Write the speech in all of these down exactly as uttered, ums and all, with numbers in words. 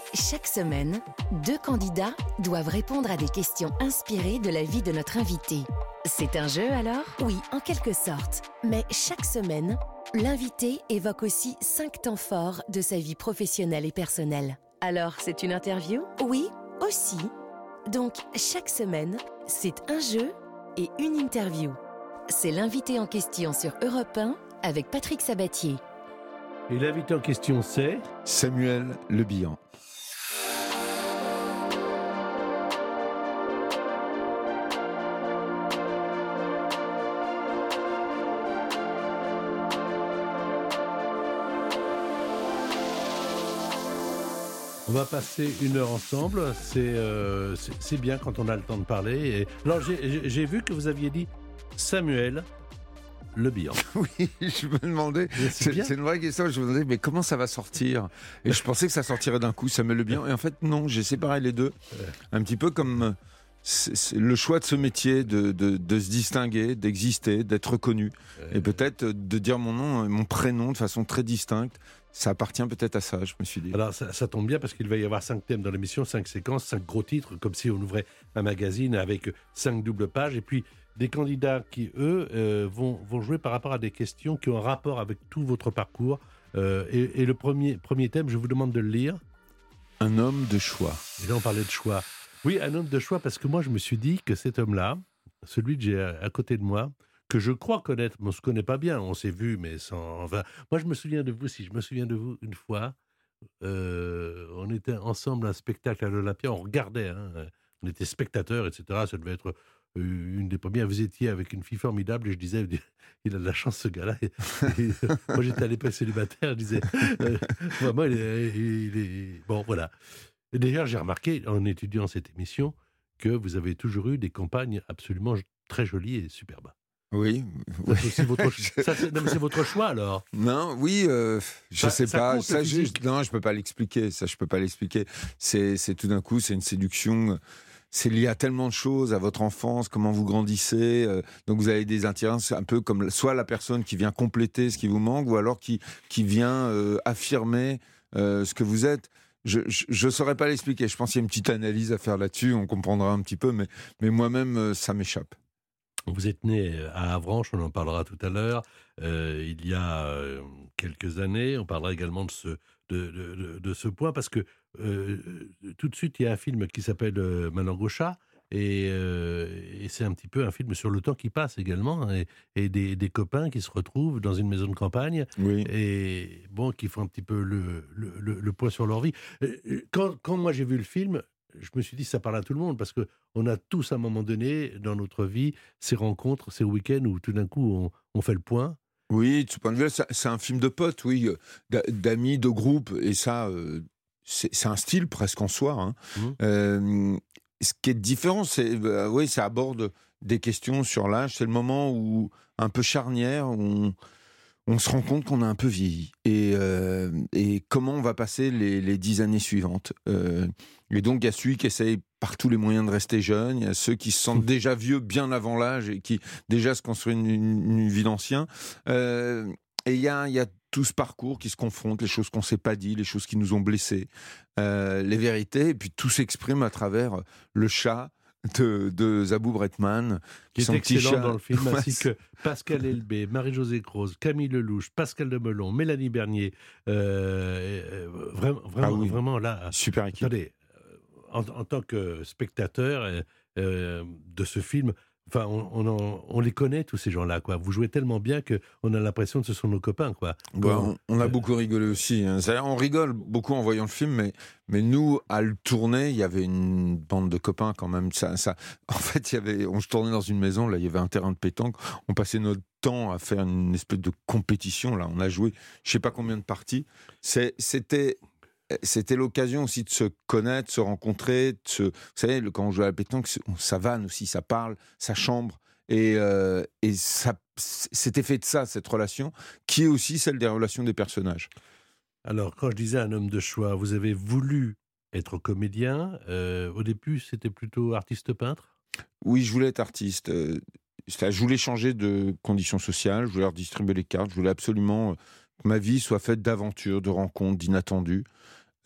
Chaque semaine, deux candidats doivent répondre à des questions inspirées de la vie de notre invité. C'est un jeu alors ? Oui, en quelque sorte. Mais chaque semaine, l'invité évoque aussi cinq temps forts de sa vie professionnelle et personnelle. Alors, c'est une interview ? Oui, aussi. Donc, chaque semaine, c'est un jeu et une interview. C'est l'invité en question sur Europe un avec Patrick Sabatier. Et l'invité en question, c'est Samuel Le Bihan. On va passer une heure ensemble, c'est, euh, c'est, c'est bien quand on a le temps de parler. Et... Alors j'ai, j'ai vu que vous aviez dit Samuel Le Bihan. Oui, je me demandais, c'est, c'est une vraie question, je me demandais mais comment ça va sortir ? Et je pensais que ça sortirait d'un coup, Samuel Le Bihan, et en fait non, j'ai séparé les deux, un petit peu comme c'est, c'est le choix de ce métier, de, de, de se distinguer, d'exister, d'être reconnu, et peut-être de dire mon nom, mon prénom de façon très distincte. Ça appartient peut-être à ça, je me suis dit. Alors ça, ça tombe bien parce qu'il va y avoir cinq thèmes dans l'émission, cinq séquences, cinq gros titres, comme si on ouvrait un magazine avec cinq doubles pages. Et puis des candidats qui, eux, euh, vont, vont jouer par rapport à des questions qui ont un rapport avec tout votre parcours. Euh, et, et le premier, premier thème, je vous demande de le lire. Un homme de choix. Et là, on parlait de choix. Oui, un homme de choix, parce que moi, je me suis dit que cet homme-là, celui que j'ai à, à côté de moi, que je crois connaître, mais on ne se connaît pas bien, on s'est vu, mais sans... Enfin, moi, je me souviens de vous, si je me souviens de vous, une fois, euh, on était ensemble à un spectacle à l'Olympia, on regardait, hein, on était spectateurs, et cetera. Ça devait être une des premières. Vous étiez avec une fille formidable, et je disais, il a de la chance, ce gars-là. Et, et, moi, j'étais à l'époque célibataire, je disais, euh, vraiment, il est, il est... Bon, voilà. Et d'ailleurs, j'ai remarqué, en étudiant cette émission, que vous avez toujours eu des campagnes absolument très jolies et superbes. Oui, oui. C'est, votre, ça, c'est, non, mais c'est votre choix alors. Non, oui, euh, je ça, sais ça pas. Compte, ça, juste, non, je peux pas l'expliquer. Ça, je peux pas l'expliquer. C'est, c'est tout d'un coup, c'est une séduction. C'est lié à tellement de choses, à votre enfance, comment vous grandissez. Euh, donc vous avez des intérêts un peu comme soit la personne qui vient compléter ce qui vous manque, ou alors qui qui vient euh, affirmer euh, ce que vous êtes. Je ne saurais pas l'expliquer. Je pense qu'il y a une petite analyse à faire là-dessus. On comprendra un petit peu, mais mais moi-même, euh, ça m'échappe. Vous êtes né à Avranches, on en parlera tout à l'heure, euh, il y a euh, quelques années. On parlera également de ce, de, de, de, de ce point, parce que euh, tout de suite, il y a un film qui s'appelle euh, Manon Gauchat, et, euh, et c'est un petit peu un film sur le temps qui passe également, et, et des, des copains qui se retrouvent dans une maison de campagne, oui. et bon, qui font un petit peu le, le, le, le point sur leur vie. Quand, quand moi j'ai vu le film, je me suis dit, ça parle à tout le monde, parce qu'on a tous, à un moment donné, dans notre vie, ces rencontres, ces week-ends où tout d'un coup, on, on fait le point. Oui, de ce point de vue, c'est un film de potes, oui, d'amis, de groupe, et ça, c'est, c'est un style presque en soi. Hein. Mmh. Euh, ce qui est différent, c'est, bah, oui, ça aborde des questions sur l'âge. C'est le moment où, un peu charnière, où on... on se rend compte qu'on a un peu vieilli. Et, euh, et comment on va passer les, les dix années suivantes. Euh, et donc, il y a celui qui essaye par tous les moyens de rester jeune. Il y a ceux qui se sentent déjà vieux bien avant l'âge et qui déjà se construisent une, une, une vie d'ancien. Euh, et il y a, il y a tout ce parcours qui se confronte, les choses qu'on ne s'est pas dit, les choses qui nous ont blessés, euh, les vérités. Et puis, tout s'exprime à travers le chat de, de Zabou Bretman, qui est excellent dans le film, ainsi que Pascal Elbé, Marie-Josée Croze, Camille Lelouch, Pascal de Melon, Mélanie Bernier. Euh, vraiment, vraiment, ah oui, vraiment là. Super équipe. Attendez, en, en tant que spectateur euh, de ce film, enfin, on, on, on les connaît tous ces gens-là, quoi. Vous jouez tellement bien que on a l'impression que ce sont nos copains, quoi. Bah, on, on a euh... beaucoup rigolé aussi. Hein. On rigole beaucoup en voyant le film, mais mais nous, à le tourner, il y avait une bande de copains quand même. Ça, ça. En fait, il y avait, on se tournait dans une maison, là, il y avait un terrain de pétanque. On passait notre temps à faire une espèce de compétition. Là, on a joué, je sais pas combien de parties. C'est, c'était C'était l'occasion aussi de se connaître, de se rencontrer. De se... Vous savez, quand on joue à la pétanque, ça vanne aussi, ça parle, ça chambre. Et, euh, et ça, c'était fait de ça, cette relation, qui est aussi celle des relations des personnages. Alors, quand je disais un homme de choix, vous avez voulu être comédien. Euh, au début, c'était plutôt artiste-peintre ? Oui, je voulais être artiste. Euh, je voulais changer de conditions sociales, je voulais redistribuer les cartes, je voulais absolument que ma vie soit faite d'aventures, de rencontres, d'inattendus.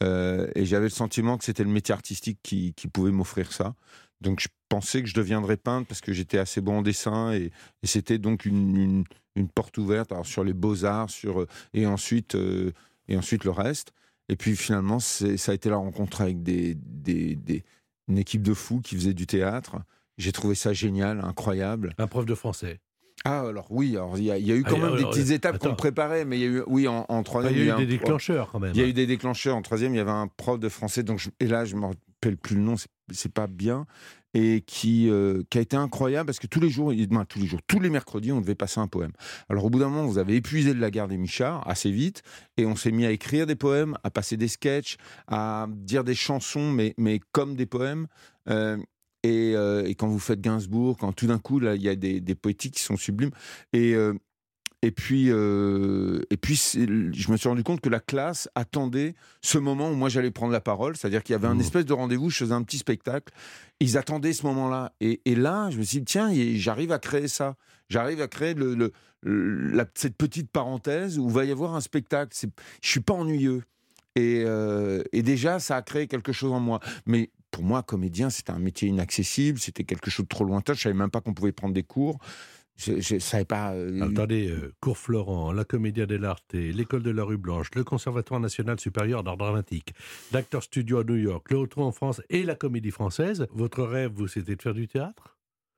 Euh, et j'avais le sentiment que c'était le métier artistique qui, qui pouvait m'offrir ça. Donc je pensais que je deviendrais peintre parce que j'étais assez bon en dessin et, et c'était donc une, une, une porte ouverte alors sur les beaux-arts sur, et, ensuite, euh, et ensuite le reste. Et puis finalement, c'est, ça a été la rencontre avec des, des, des, une équipe de fous qui faisait du théâtre. J'ai trouvé ça génial, incroyable. Un prof de français. Ah, alors oui, alors il y, y a eu quand ah, même alors, des petites euh, étapes attends. qu'on préparait, mais il y a eu, oui, en, en troisième. Ah, il y a eu des un, déclencheurs quand même. Il y a eu des déclencheurs. En troisième, il y avait un prof de français, donc je, et là, je ne me rappelle plus le nom, c'est, c'est pas bien, et qui, euh, qui a été incroyable parce que tous les jours, ben, tous les jours, tous les mercredis, on devait passer un poème. Alors au bout d'un moment, vous avez épuisé le Lagarde des Michards assez vite, et on s'est mis à écrire des poèmes, à passer des sketchs, à dire des chansons, mais, mais comme des poèmes. Euh, Et, euh, et quand vous faites Gainsbourg, quand tout d'un coup, là, il y a des, des poétiques qui sont sublimes. Et, euh, et puis, euh, et puis je me suis rendu compte que la classe attendait ce moment où moi j'allais prendre la parole. C'est-à-dire qu'il y avait un espèce de rendez-vous, je faisais un petit spectacle. Ils attendaient ce moment-là. Et, et là, je me suis dit, tiens, j'arrive à créer ça. J'arrive à créer le, le, la, cette petite parenthèse où il va y avoir un spectacle. C'est, je ne suis pas ennuyeux. Et, euh, et déjà, ça a créé quelque chose en moi. Mais pour moi, comédien, c'était un métier inaccessible, c'était quelque chose de trop lointain. Je ne savais même pas qu'on pouvait prendre des cours. Je ne savais pas... Euh... Attendez, euh, Cours Florent, la Commedia dell'Arte, l'École de la Rue Blanche, le Conservatoire national supérieur d'art dramatique, l'Actors Studio à New York, le Otto en France et la Comédie Française. Votre rêve, vous, c'était de faire du théâtre ?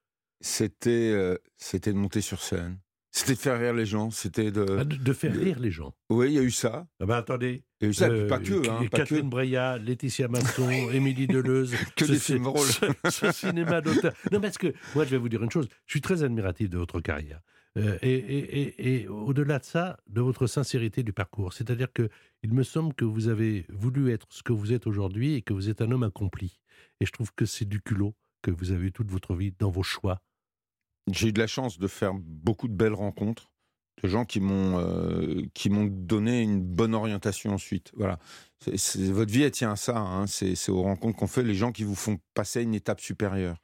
C'était, euh, c'était de monter sur scène. C'était de faire rire les gens, c'était de... Ah, de, de faire de... rire les gens. Oui, il y a eu ça. Ah ben attendez. Il y a eu ça, euh, pas que. Hein, pas Catherine que. Breillat, Laetitia Masson, Émilie Deleuze. Que ce, des films drôles. Ce, ce cinéma d'auteur. Non, parce que, moi, je vais vous dire une chose. Je suis très admiratif de votre carrière. Euh, et, et, et, et au-delà de ça, de votre sincérité du parcours. C'est-à-dire qu'il me semble que vous avez voulu être ce que vous êtes aujourd'hui et que vous êtes un homme accompli. Et je trouve que c'est du culot que vous avez eu toute votre vie dans vos choix. J'ai eu de la chance de faire beaucoup de belles rencontres, de gens qui m'ont euh, qui m'ont donné une bonne orientation ensuite. Voilà, c'est, c'est, votre vie elle tient à ça. Hein. C'est, c'est aux rencontres qu'on fait, les gens qui vous font passer à une étape supérieure.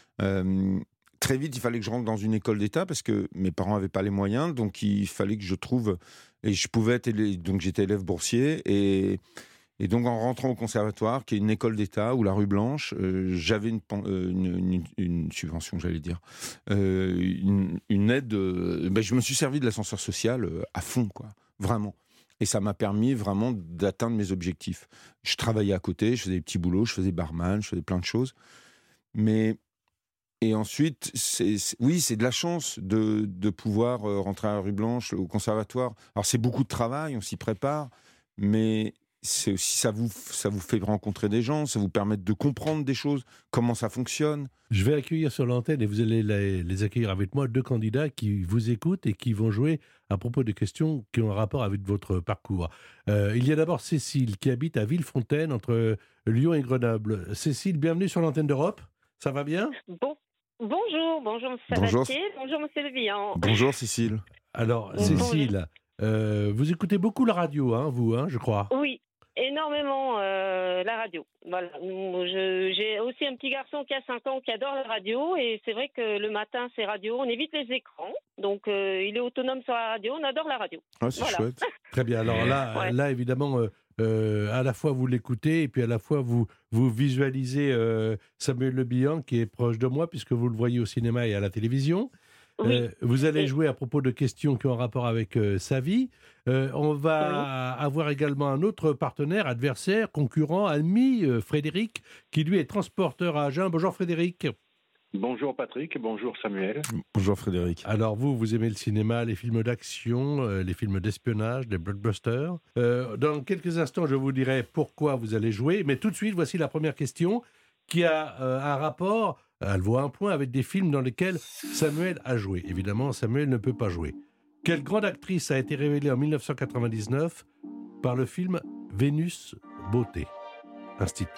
Euh, très vite, il fallait que je rentre dans une école d'État parce que mes parents n'avaient pas les moyens, donc il fallait que je trouve et je pouvais être élève, donc j'étais élève boursier et Et donc, en rentrant au conservatoire, qui est une école d'État, ou la rue Blanche, euh, j'avais une, une, une, une subvention, j'allais dire, euh, une, une aide. Euh, ben, je me suis servi de l'ascenseur social euh, à fond, quoi, vraiment. Et ça m'a permis vraiment d'atteindre mes objectifs. Je travaillais à côté, je faisais des petits boulots, je faisais barman, je faisais plein de choses. Mais... Et ensuite, c'est, c'est, oui, c'est de la chance de, de pouvoir euh, rentrer à la rue Blanche, au conservatoire. Alors, c'est beaucoup de travail, on s'y prépare, mais... c'est aussi, ça vous, ça vous fait rencontrer des gens, ça vous permet de comprendre des choses, comment ça fonctionne. Je vais accueillir sur l'antenne, et vous allez les, les accueillir avec moi, deux candidats qui vous écoutent et qui vont jouer à propos des questions qui ont un rapport avec votre parcours. Euh, il y a d'abord Cécile, qui habite à Villefontaine, entre Lyon et Grenoble. Cécile, bienvenue sur l'antenne d'Europe. Ça va bien ? Bon, bonjour, bonjour M. Sabatier, bonjour M. Le Vian. Bonjour Cécile. Alors, Cécile, euh, vous écoutez beaucoup la radio, hein, vous, hein, je crois ? Oui. Énormément euh, la radio. Voilà. Je, j'ai aussi un petit garçon qui a cinq ans qui adore la radio et c'est vrai que le matin c'est radio, on évite les écrans, donc euh, il est autonome sur la radio, on adore la radio. Ah, c'est voilà. Chouette. Très bien. Alors là, ouais. là évidemment, euh, euh, à la fois vous l'écoutez et puis à la fois vous vous visualisez euh, Samuel Le Bihan qui est proche de moi puisque vous le voyez au cinéma et à la télévision. Oui. Euh, vous allez jouer à propos de questions qui ont un rapport avec euh, sa vie. Euh, on va oui. avoir également un autre partenaire, adversaire, concurrent, ami, euh, Frédéric, qui lui est transporteur à Agen. Bonjour Frédéric. Bonjour Patrick, bonjour Samuel. Bonjour Frédéric. Alors vous, vous aimez le cinéma, les films d'action, euh, les films d'espionnage, les blockbusters. Euh, dans quelques instants, je vous dirai pourquoi vous allez jouer. Mais tout de suite, voici la première question qui a euh, un rapport... Elle vaut un point avec des films dans lesquels Samuel a joué. Évidemment, Samuel ne peut pas jouer. Quelle grande actrice a été révélée en dix-neuf cent quatre-vingt-dix-neuf par le film Vénus Beauté Institut?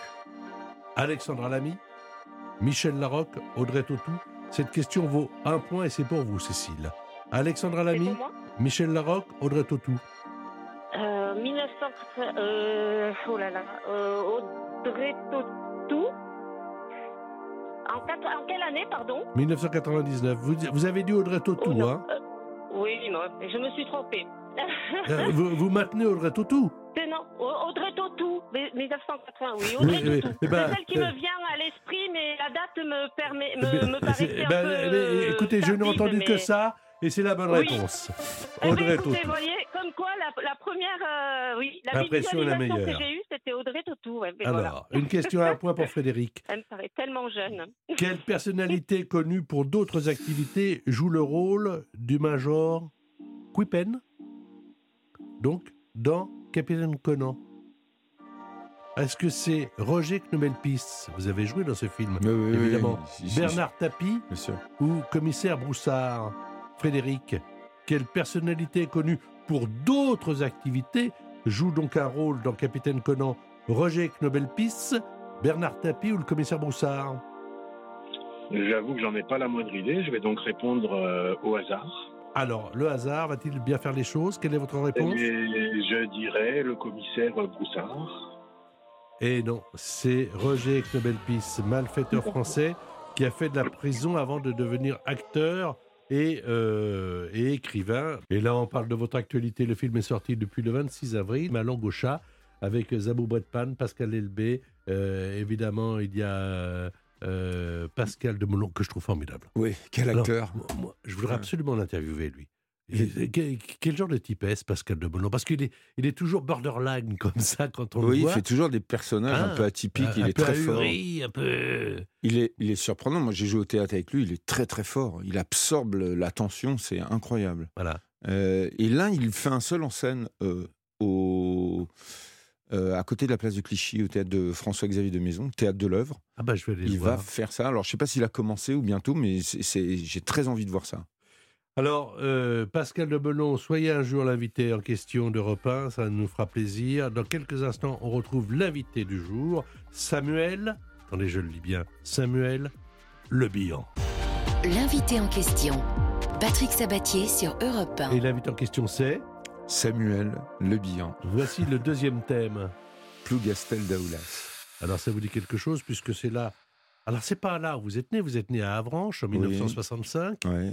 Alexandra Lamy, Michel Larocque, Audrey Tautou. Cette question vaut un point et c'est pour vous, Cécile. Alexandra Lamy, Michel Larocque, Audrey Tautou. Euh, dix-neuf cent... Euh, oh là là... Euh, Audrey Tautou. En, quatre, en quelle année, pardon? dix-neuf cent quatre-vingt-dix-neuf. Vous, vous avez dit Audrey Tautou, oh, hein? euh, Oui, non, je me suis trompée. euh, vous, vous maintenez Audrey Tautou? C'est non, Audrey Tautou, mille neuf cent quatre-vingts, oui, Audrey oui, Tautou. oui, ben, c'est celle qui euh, me vient à l'esprit, mais la date me, permet, me, ben, me paraissait un ben, peu... ben, écoutez, je n'ai tardive, entendu mais... que ça, et c'est la bonne Oui. réponse. Eh ben, Audrey écoutez, Tautou. vous voyez, comme quoi, la, la première, euh, oui, la L'impression est la visualisation meilleure. que j'ai eue, c'était Audrey Tautou. Ouais, mais Alors, voilà. une question à un point pour Frédéric. Elle me paraît tellement jeune. Quelle personnalité connue pour d'autres activités joue le rôle du Major Quippen, donc dans Capitaine Conan? Est-ce que c'est Roger Knobelpis? Vous avez joué dans ce film, Oui, oui, évidemment. oui, si, si, Bernard Tapie bien sûr. ou Commissaire Broussard? Frédéric, quelle personnalité connue pour d'autres activités joue donc un rôle dans Capitaine Conan? Roger Knobelpis, Bernard Tapie ou le Commissaire Broussard? J'avoue que j'en ai pas la moindre idée. Je vais donc répondre euh, au hasard. Alors, le hasard va-t-il bien faire les choses? Quelle est votre réponse? Et je dirais le commissaire Broussard. Et non, c'est Roger Knobelpis, malfaiteur français, qui a fait de la prison avant de devenir acteur et, euh, et écrivain. Et là, on parle de votre actualité. Le film est sorti depuis le vingt-six avril, Ma langue au chat, avec Zabou Bretpan, Pascal Elbé. Euh, évidemment, il y a euh, Pascal de Melon, que je trouve formidable. Oui, quel Alors, acteur. moi, moi, je voudrais Ouais. absolument l'interviewer, lui. Et- Et- quel, quel genre de type est-ce, Pascal de Melon? Parce qu'il est, il est toujours borderline comme ça quand on Oui, le il voit. fait toujours des personnages Ah, un peu atypiques. un, il un est peu très fort. ahuri, un peu... Il est, il est surprenant. Moi, j'ai joué au théâtre avec lui. Il est très, très fort. Il absorbe le- l'attention. C'est incroyable. Voilà. Euh, et là, il fait un seul en scène euh, au, euh, à côté de la place du Clichy, au théâtre de François-Xavier de Maison, théâtre de l'œuvre. Ah bah je vais aller le Il va voir. faire ça. Alors, je ne sais pas s'il a commencé ou bientôt, mais c'est, c'est- j'ai très envie de voir ça. Alors, euh, Pascal de Melon, soyez un jour l'invité en question d'Europe un, ça nous fera plaisir. Dans quelques instants, on retrouve l'invité du jour, Samuel, attendez, je le lis bien, Samuel Le Bihan. L'invité en question, Patrick Sabatier sur Europe un. Et l'invité en question, c'est... Samuel Le Bihan, Voici le deuxième thème. Plougastel d'Aoulas. Alors, ça vous dit quelque chose, puisque c'est là... Alors, c'est pas là où vous êtes né, vous êtes né à Avranches en Oui. mille neuf cent soixante-cinq. Ouais.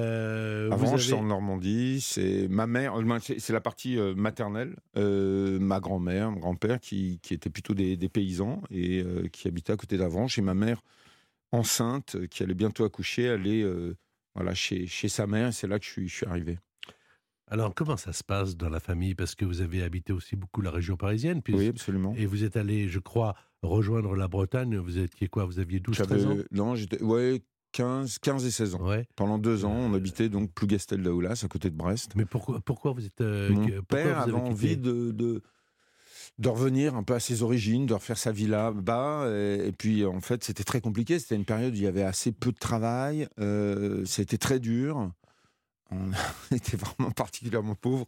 Euh, Avant, vous je suis avez... en Normandie. C'est ma mère, euh, c'est c'est la partie euh, maternelle. Euh, ma grand-mère, mon grand-père, qui, qui étaient plutôt des, des paysans et euh, qui habitait à côté d'Avranches. Et ma mère, enceinte, euh, qui allait bientôt accoucher, allait euh, voilà, chez, chez sa mère. Et c'est là que je suis, je suis arrivé. Alors, comment ça se passe dans la famille? Parce que vous avez habité aussi beaucoup la région parisienne. Puis... Oui, absolument. Et vous êtes allé, je crois, rejoindre la Bretagne. Vous étiez quoi? Vous aviez douze treize ans? J'avais, non, j'étais, ouais, quinze, quinze et seize ans. Ouais. Pendant deux ans, on habitait donc Plougastel d'Aoulas, à côté de Brest. Mais pourquoi, pourquoi vous êtes... euh, Mon que- pourquoi père vous avez avait quitté envie de, de, de revenir un peu à ses origines, de refaire sa vie là-bas. Et, et puis, en fait, c'était très compliqué. C'était une période où il y avait assez peu de travail. Euh, c'était très dur. On était vraiment particulièrement pauvres.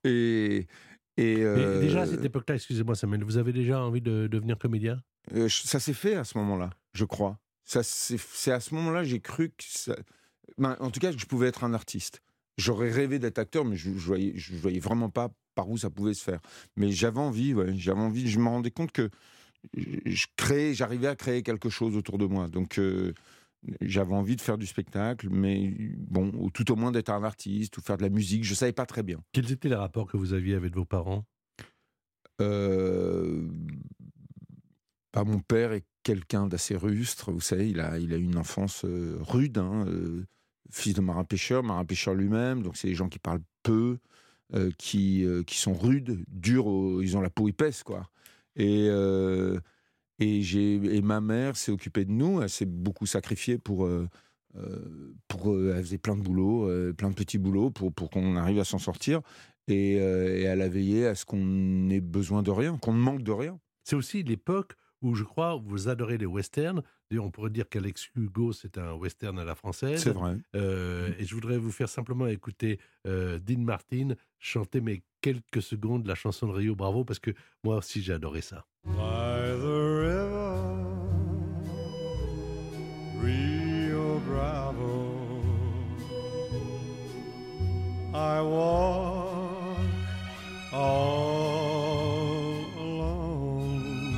Et, et, Mais euh, déjà, à cette époque-là, excusez-moi Samuel, vous avez déjà envie de devenir comédien? euh, ça s'est fait à ce moment-là, je crois. Ça, c'est, c'est à ce moment-là j'ai cru que ça... ben, en tout cas, que je pouvais être un artiste. J'aurais rêvé d'être acteur, mais je ne voyais, je voyais vraiment pas par où ça pouvait se faire. Mais j'avais envie, ouais, j'avais envie. Je me rendais compte que je créais, j'arrivais à créer quelque chose autour de moi. Donc, euh, j'avais envie de faire du spectacle, mais bon, ou tout au moins d'être un artiste ou faire de la musique. Je ne savais pas très bien. Quels étaient les rapports que vous aviez avec vos parents? Euh, bah, mon père est quelqu'un d'assez rustre, vous savez, il a, il a eu une enfance euh, rude, hein, euh, fils de marin-pêcheur, marin-pêcheur lui-même, donc c'est des gens qui parlent peu, euh, qui, euh, qui sont rudes, durs, au- ils ont la peau épaisse, quoi. Et, euh, et, j'ai, et ma mère s'est occupée de nous, elle s'est beaucoup sacrifiée pour... Euh, euh, pour euh, elle faisait plein de boulots, euh, plein de petits boulots pour, pour qu'on arrive à s'en sortir. Et, euh, et elle a veillé à ce qu'on ait besoin de rien, qu'on ne manque de rien. C'est aussi l'époque où, je crois, vous adorez les westerns. D'ailleurs, on pourrait dire qu'Alex Hugo, c'est un western à la française. C'est vrai. Euh, et je voudrais vous faire simplement écouter euh, Dean Martin chanter mes quelques secondes la chanson de Rio Bravo, parce que moi aussi j'ai adoré ça. By the river, Rio Bravo, I walk all alone,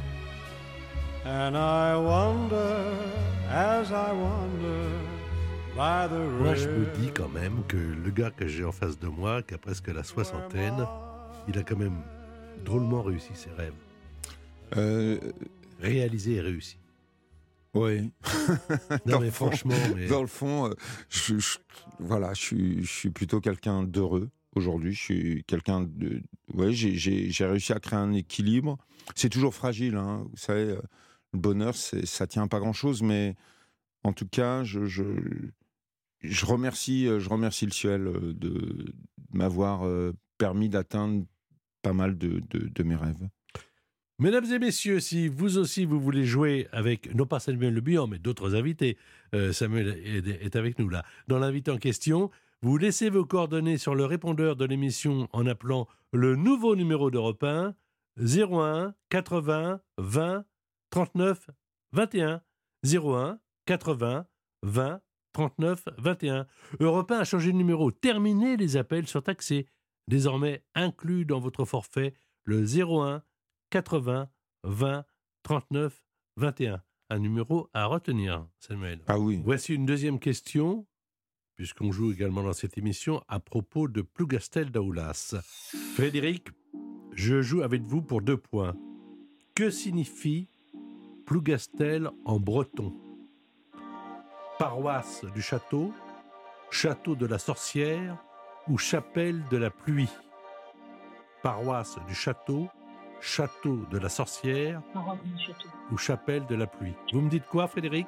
and I wonder as I wander by the river. Moi, je me dis quand même que le gars que j'ai en face de moi, qui a presque la soixantaine, il a quand même drôlement réussi ses rêves. Euh, Réalisé et réussi. oui. Non, Dans mais le fond, franchement, mais... Dans le fond, euh, je, je- voilà, je suis, je suis plutôt quelqu'un d'heureux aujourd'hui. Je suis quelqu'un de, ouais, j'ai, j'ai, j'ai réussi à créer un équilibre. C'est toujours fragile, hein. Vous savez, euh, le bonheur, c'est, ça tient pas grand-chose, mais en tout cas, je, je, je remercie, euh, je remercie le ciel euh, de m'avoir euh, permis d'atteindre pas mal de, de, de mes rêves. Mesdames et messieurs, si vous aussi vous voulez jouer avec, non pas Samuel Le Bihan, mais d'autres invités, euh, Samuel est, est avec nous là, dans l'invité en question, vous laissez vos coordonnées sur le répondeur de l'émission en appelant le nouveau numéro d'Europe un, zéro un quatre-vingts vingt trente-neuf vingt et un, zéro un quatre-vingts vingt trente-neuf vingt et un. Europe un a changé de numéro. Terminez les appels sur taxé. Désormais inclus dans votre forfait le zéro un quatre-vingts vingt trente-neuf vingt et un. Un numéro à retenir, Samuel. Ah oui. Voici une deuxième question, puisqu'on joue également dans cette émission, à propos de Plougastel d'Aoulas. Frédéric, je joue avec vous pour deux points. Que signifie Plougastel en breton? Paroisse du château, château de la sorcière ou chapelle de la pluie? Paroisse du château, château de la sorcière ou chapelle de la pluie. Vous me dites quoi, Frédéric?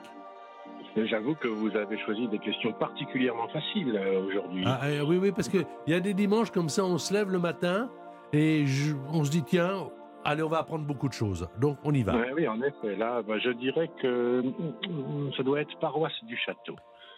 J'avoue que vous avez choisi des questions particulièrement faciles euh, aujourd'hui. Ah, euh, oui, oui, parce qu'il y a des dimanches comme ça, on se lève le matin et je- on se dit, tiens, allez, on va apprendre beaucoup de choses. Donc, on y va. Ouais, oui, en effet. Là, bah, je dirais que mm, ça doit être paroisse du château.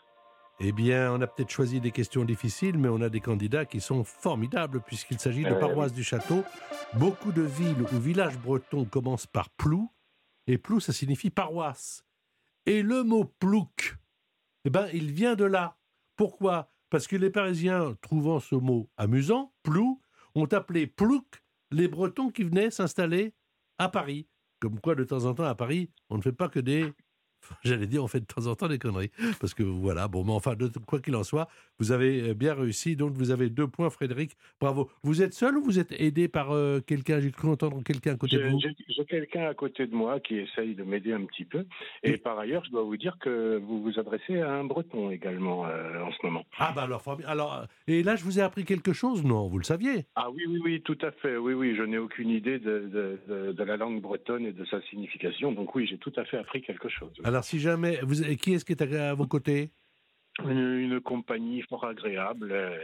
Eh bien, on a peut-être choisi des questions difficiles, mais on a des candidats qui sont formidables, puisqu'il s'agit de Euh, paroisse du château. Beaucoup de villes ou villages bretons commencent par plou, et plou, ça signifie paroisse. Et le mot plouc, eh ben, il vient de là. Pourquoi? Parce que les Parisiens, trouvant ce mot amusant, plou, ont appelé plouc les Bretons qui venaient s'installer à Paris. Comme quoi, de temps en temps, à Paris, on ne fait pas que des... J'allais dire, on fait de temps en temps des conneries. Parce que voilà, bon, mais enfin, de, quoi qu'il en soit, vous avez bien réussi. Donc, vous avez deux points, Frédéric. Bravo. Vous êtes seul ou vous êtes aidé par euh, quelqu'un? J'ai cru entendre quelqu'un à côté de J'ai vous. j'ai- j'ai quelqu'un à côté de moi qui essaye de m'aider un petit peu. Et Oui. par ailleurs, je dois vous dire que vous vous adressez à un breton également euh, en ce moment. Ah, bah alors, formidable. Alors, euh, et là, je vous ai appris quelque chose? Non, vous le saviez. Ah oui, oui, oui, tout à fait. Oui, oui, je n'ai aucune idée de, de, de, de la langue bretonne et de sa signification. Donc oui, j'ai tout à fait appris quelque chose. Alors, si jamais. Vous, et qui est-ce qui est à, à vos côtés? Une, une compagnie fort agréable, euh,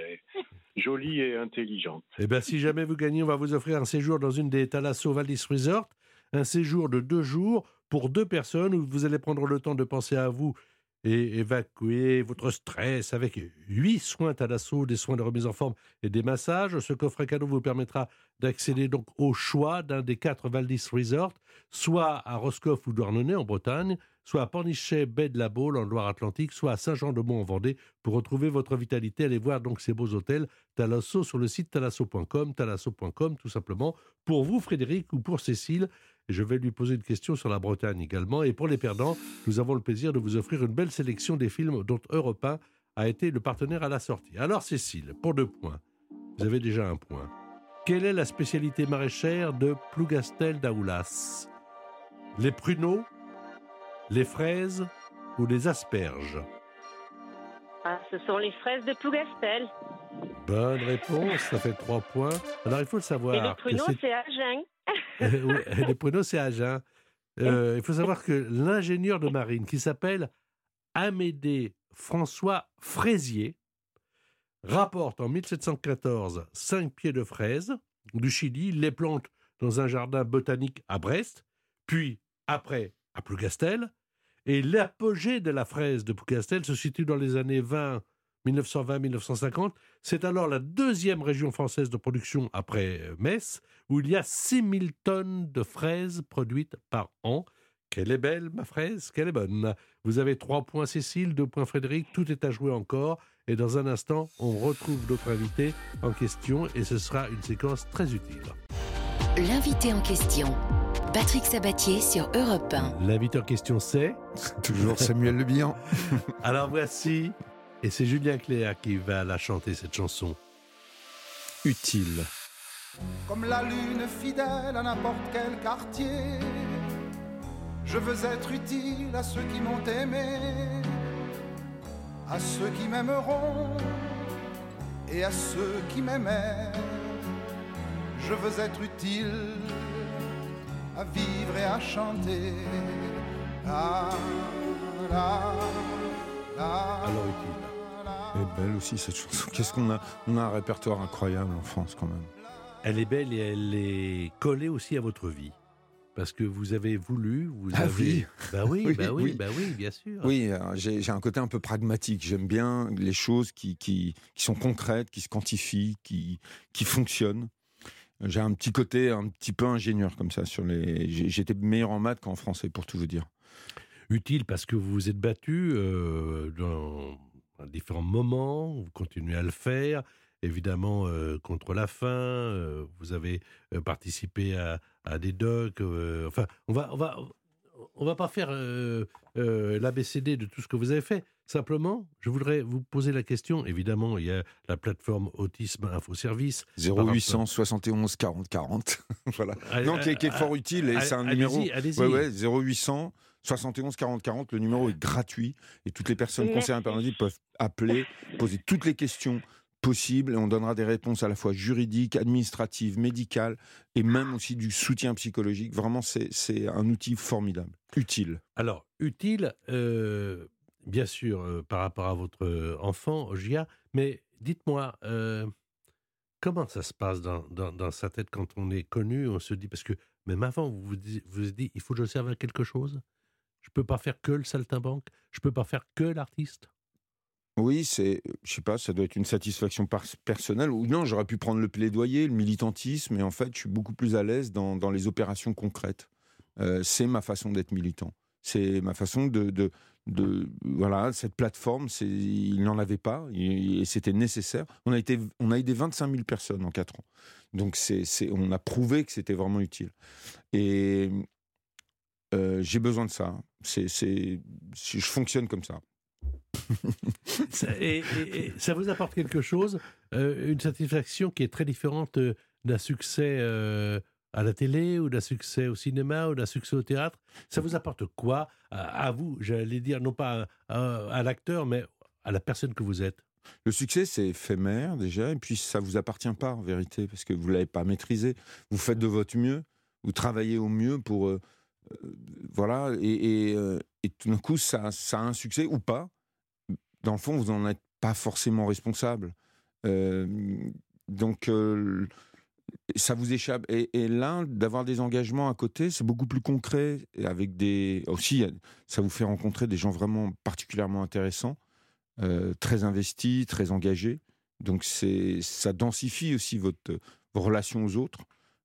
jolie et intelligente. Eh bien, si jamais vous gagnez, on va vous offrir un séjour dans une des Thalasso Valdis Resort. Un séjour de deux jours pour deux personnes où vous allez prendre le temps de penser à vous et évacuer votre stress avec huit soins Thalasso, des soins de remise en forme et des massages. Ce coffret cadeau vous permettra d'accéder donc au choix d'un des quatre Valdis Resort, soit à Roscoff ou Douarnenez en Bretagne, soit à Pornichet, Baie de la Baule en Loire-Atlantique, soit à Saint-Jean-de-Mont en Vendée. Pour retrouver votre vitalité, allez voir donc ces beaux hôtels Thalasso sur le site thalasso point com, thalasso point com tout simplement. Pour vous, Frédéric, ou pour Cécile, et je vais lui poser une question sur la Bretagne également. Et pour les perdants, nous avons le plaisir de vous offrir une belle sélection des films dont Europe un a été le partenaire à la sortie. Alors Cécile, pour deux points, vous avez déjà un point. Quelle est la spécialité maraîchère de Plougastel d'Aoulas? Les pruneaux, les fraises ou les asperges? Ah, ce sont les fraises de Plougastel. Bonne réponse, ça fait trois points. Alors il faut le savoir. Et les que pruneaux, c'est- c'est à Agen. Euh, oui, les pruneaux, c'est Agen. Euh, il faut savoir que l'ingénieur de marine qui s'appelle Amédée François Fraisier rapporte en mille sept cent quatorze cinq pieds de fraises du Chili, les plante dans un jardin botanique à Brest, puis après à Plougastel. Et l'apogée de la fraise de Plougastel se situe dans les années vingt, mille neuf cent vingt à mille neuf cent cinquante. C'est alors la deuxième région française de production après Metz, où il y a six mille tonnes de fraises produites par an. Qu'elle est belle, ma fraise, qu'elle est bonne. Vous avez trois points, Cécile, deux points, Frédéric. Tout est à jouer encore. Et dans un instant, on retrouve notre invité en question et ce sera une séquence très utile. L'invité en question, Patrick Sabatier sur Europe un. L'invité en question, c'est... Toujours Samuel Le Bihan. Alors voici Et c'est Julien Cléa qui va la chanter, cette chanson. Utile. Comme la lune fidèle à n'importe quel quartier, je veux être utile à ceux qui m'ont aimé, à ceux qui m'aimeront et à ceux qui m'aimaient. Je veux être utile à vivre et à chanter. La, la, la, Alors utile. Elle est belle aussi cette chanson. Qu'est-ce qu'on a On a un répertoire incroyable en France quand même. Elle est belle et elle est collée aussi à votre vie. Parce que vous avez voulu, vous Ah avez... oui. Bah oui, Oui, bah oui, oui. bah oui, bien sûr. Oui, alors, j'ai, j'ai un côté un peu pragmatique. J'aime bien les choses qui, qui, qui sont concrètes, qui se quantifient, qui, qui fonctionnent. J'ai un petit côté un petit peu ingénieur comme ça. Sur les... J'étais meilleur en maths qu'en français, pour tout vous dire. Utile parce que vous vous êtes battu euh, dans différents moments, vous continuez à le faire, évidemment euh, contre la faim, euh, vous avez euh, participé à, à des docs, euh, enfin, on va, on va, on va pas faire euh, euh, l'A B C D de tout ce que vous avez fait. Simplement, je voudrais vous poser la question. Évidemment, il y a la plateforme Autisme Info Service. zéro huit cent soixante et onze quarante quarante. Voilà. Allez, Non, qui est, qui est fort utile et allez, c'est un allez-y, numéro. allez-y. Ouais, ouais, zéro huit cent soixante et onze quarante quarante. Le numéro est gratuit et toutes les personnes Merci. concernées par l'autisme peuvent appeler, poser toutes les questions possibles et on donnera des réponses à la fois juridiques, administratives, médicales et même aussi du soutien psychologique. Vraiment, c'est, c'est un outil formidable, utile. Alors, utile, euh, bien sûr, euh, par rapport à votre euh, enfant, Gia, mais dites-moi, euh, comment ça se passe dans, dans, dans sa tête quand on est connu? On se dit, parce que même avant, vous vous dites, vous vous dites il faut que je serve à quelque chose? Je ne peux pas faire que le saltimbanque? Je ne peux pas faire que l'artiste? Oui, c'est, je sais pas, ça doit être une satisfaction par- personnelle. Ou non, j'aurais pu prendre le plaidoyer, le militantisme, et en fait, je suis beaucoup plus à l'aise dans, dans les opérations concrètes. Euh, c'est ma façon d'être militant. C'est ma façon de, de, de voilà, cette plateforme, c'est, il n'en avait pas, et, et c'était nécessaire. On a été, on a aidé vingt-cinq mille personnes en quatre ans. Donc, c'est, c'est, on a prouvé que c'était vraiment utile. Et euh, j'ai besoin de ça. C'est, c'est, je fonctionne comme ça. Ça- et, et- et ça vous apporte quelque chose, euh, une satisfaction qui est très différente euh, d'un succès euh, à la télé ou d'un succès au cinéma ou d'un succès au théâtre. Ça vous apporte quoi à, à vous, j'allais dire, non pas à, à- à l'acteur, mais à la personne que vous êtes? Le succès, c'est éphémère déjà, et puis ça vous appartient pas en vérité, parce que vous l'avez pas maîtrisé. Vous faites de votre mieux, vous travaillez au mieux pour, euh, euh, voilà, et, et, euh, et tout d'un coup, ça, ça a un succès ou pas. Dans le fond, vous n'en êtes pas forcément responsable. Euh, donc, euh, ça vous échappe. Et, et là, d'avoir des engagements à côté, c'est beaucoup plus concret. Et avec des aussi, ça vous fait rencontrer des gens vraiment particulièrement intéressants, euh, très investis, très engagés. Donc, c'est, ça densifie aussi votre, vos relations aux autres.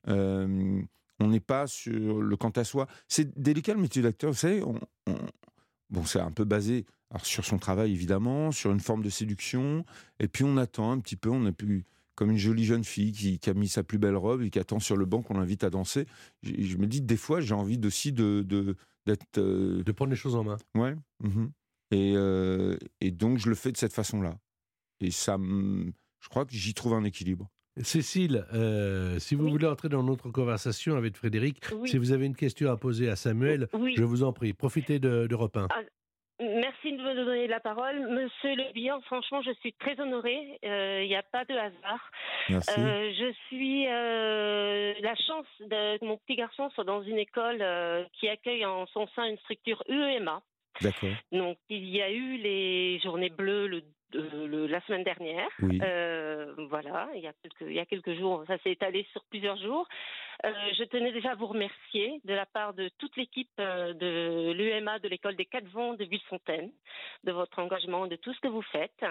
Euh, on n'est pas sur le quant à soi. C'est délicat le métier d'acteur. Vous savez, on, on- bon, c'est un peu basé alors, sur son travail, évidemment, sur une forme de séduction. Et puis, on attend un petit peu. On est plus comme une jolie jeune fille qui, qui a mis sa plus belle robe et qui attend sur le banc qu'on l'invite à danser. Je, je me dis, des fois, j'ai envie aussi de, de, d'être... euh, De prendre les choses en main. Ouais. mhm. Et, euh, et donc, je le fais de cette façon-là. Et ça, me- je crois que j'y trouve un équilibre. Cécile, euh, si vous Oui. voulez entrer dans notre conversation avec Frédéric, Oui. si vous avez une question à poser à Samuel, Oui. je vous en prie, profitez de, d'Europe un. Ah, Merci de me donner la parole. Monsieur Le Bihan, franchement, je suis très honorée. Euh, Il n'y a pas de hasard. Merci. Euh, je suis euh, la chance de, que mon petit garçon soit dans une école euh, qui accueille en son sein une structure U E M A. D'accord. Donc, il y a eu les journées bleues le, euh, le- la semaine dernière. Oui. Euh, voilà, il y, a quelques, il y a quelques jours, ça s'est étalé sur plusieurs jours. Euh, je tenais déjà à vous remercier de la part de toute l'équipe euh, de l'U E M A de l'école des Quatre Vents de Villefontaine, de votre engagement, de tout ce que vous faites.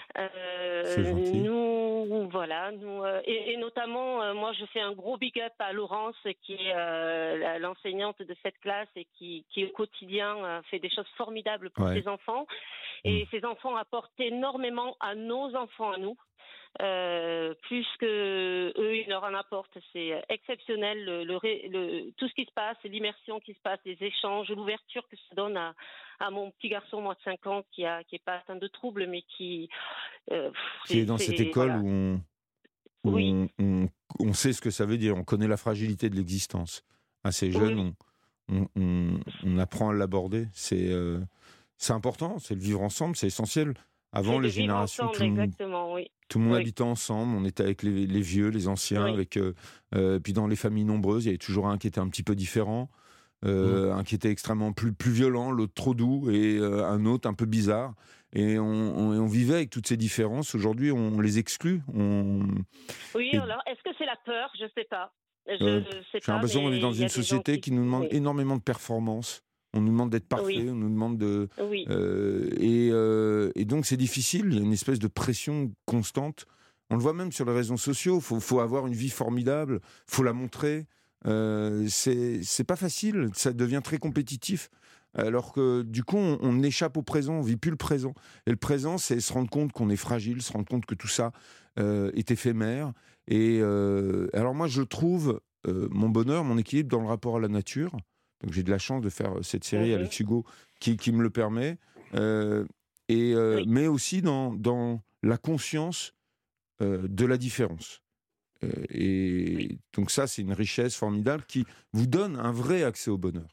Euh, C'est gentil. Nous, voilà, nous, euh, et, et notamment, euh, moi, je fais un gros big up à Laurence, qui est euh, la- l'enseignante de cette classe et qui, qui au quotidien euh, fait des choses formidables pour Ouais. ses enfants. Et ces enfants apportent énormément à nos enfants, à nous. Euh, plus que eux, ils leur en apportent. C'est exceptionnel, le, le, le, tout ce qui se passe, l'immersion qui se passe, les échanges, l'ouverture que ça donne à, à mon petit garçon, moi de cinq ans, qui a, qui est pas atteint de troubles, mais qui... Euh, qui est dans cette école voilà. où, on, où oui. on, on, on sait ce que ça veut dire, on connaît la fragilité de l'existence. Assez jeune, oui. on, on, on, on apprend à l'aborder. C'est, euh, c'est important, c'est le vivre ensemble, c'est essentiel. Avant, c'est les générations, ensemble, tout, le monde, oui. tout le monde oui. habitait ensemble, on était avec les, les vieux, les anciens, oui. avec, euh, euh, puis dans les familles nombreuses, il y avait toujours un qui était un petit peu différent, euh, mmh. un qui était extrêmement plus, plus violent, l'autre trop doux, et euh, un autre un peu bizarre. Et on, on, on vivait avec toutes ces différences. Aujourd'hui, on les exclut. On... Oui, et... alors, est-ce que c'est la peur ? Je ne sais pas. Je euh, sais j'ai l'impression qu'on est dans une société qui... qui nous demande oui. énormément de performance. On nous demande d'être parfait, oui. on nous demande de... Oui. Euh, et, euh, et donc c'est difficile, il y a une espèce de pression constante. On le voit même sur les réseaux sociaux, il faut, faut avoir une vie formidable, il faut la montrer. Euh, c'est, c'est pas facile, ça devient très compétitif. Alors que du coup, on, on échappe au présent, on vit plus le présent. Et le présent, c'est se rendre compte qu'on est fragile, se rendre compte que tout ça euh, est éphémère. Et euh, alors moi, je trouve euh, mon bonheur, mon équilibre dans le rapport à la nature. Donc j'ai de la chance de faire cette série, mmh. Alex Hugo, qui, qui me le permet. Euh, et, euh, oui. Mais aussi dans, dans la conscience euh, de la différence. Euh, et oui. donc ça, c'est une richesse formidable qui vous donne un vrai accès au bonheur.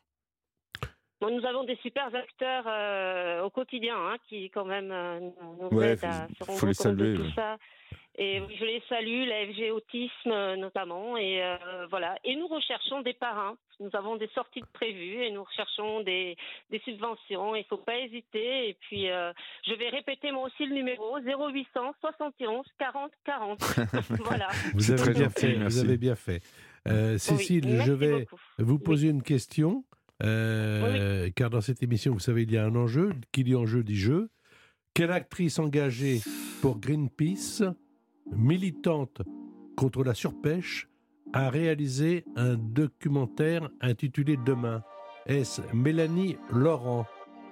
Bon, nous avons des super acteurs euh, au quotidien hein, qui quand même euh, nous ouais, aident à se rendre faut les compte saluer, de tout ouais. ça. Et je les salue, la F G Autisme notamment, et euh, voilà. Et nous recherchons des parrains. Nous avons des sorties de prévues et nous recherchons des, des subventions. Il ne faut pas hésiter. Et puis, euh, je vais répéter moi aussi le numéro zéro huit cents soixante et onze quarante quarante. Voilà. Vous avez bien fait. Vous avez bien fait. Euh, Cécile, oui, je vais beaucoup. vous poser oui. une question. Euh, oui. Car dans cette émission, vous savez, il y a un enjeu. Qui dit enjeu dit jeu. Quelle actrice engagée pour Greenpeace, militante contre la surpêche, a réalisé un documentaire intitulé Demain ? Est-ce Mélanie Laurent,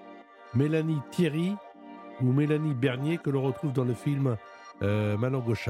Mélanie Thierry ou Mélanie Bernier que l'on retrouve dans le film euh, Manon Gauchat ?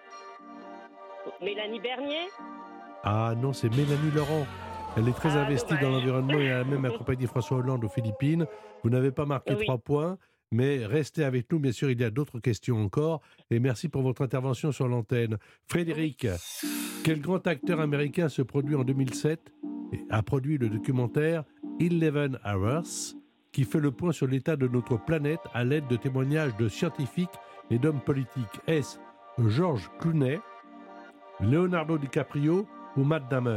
Mélanie Bernier ? Ah non, c'est Mélanie Laurent. Elle est très ah, investie dommage. dans l'environnement et elle a même accompagné François Hollande aux Philippines. Vous n'avez pas marqué oui. trois points, mais restez avec nous. Bien sûr, il y a d'autres questions encore. Et merci pour votre intervention sur l'antenne. Frédéric, oui. quel grand acteur américain se produit en deux mille sept et a produit le documentaire Eleven Hours, qui fait le point sur l'état de notre planète à l'aide de témoignages de scientifiques et d'hommes politiques ? Est-ce George Clooney, Leonardo DiCaprio ou Matt Damon ?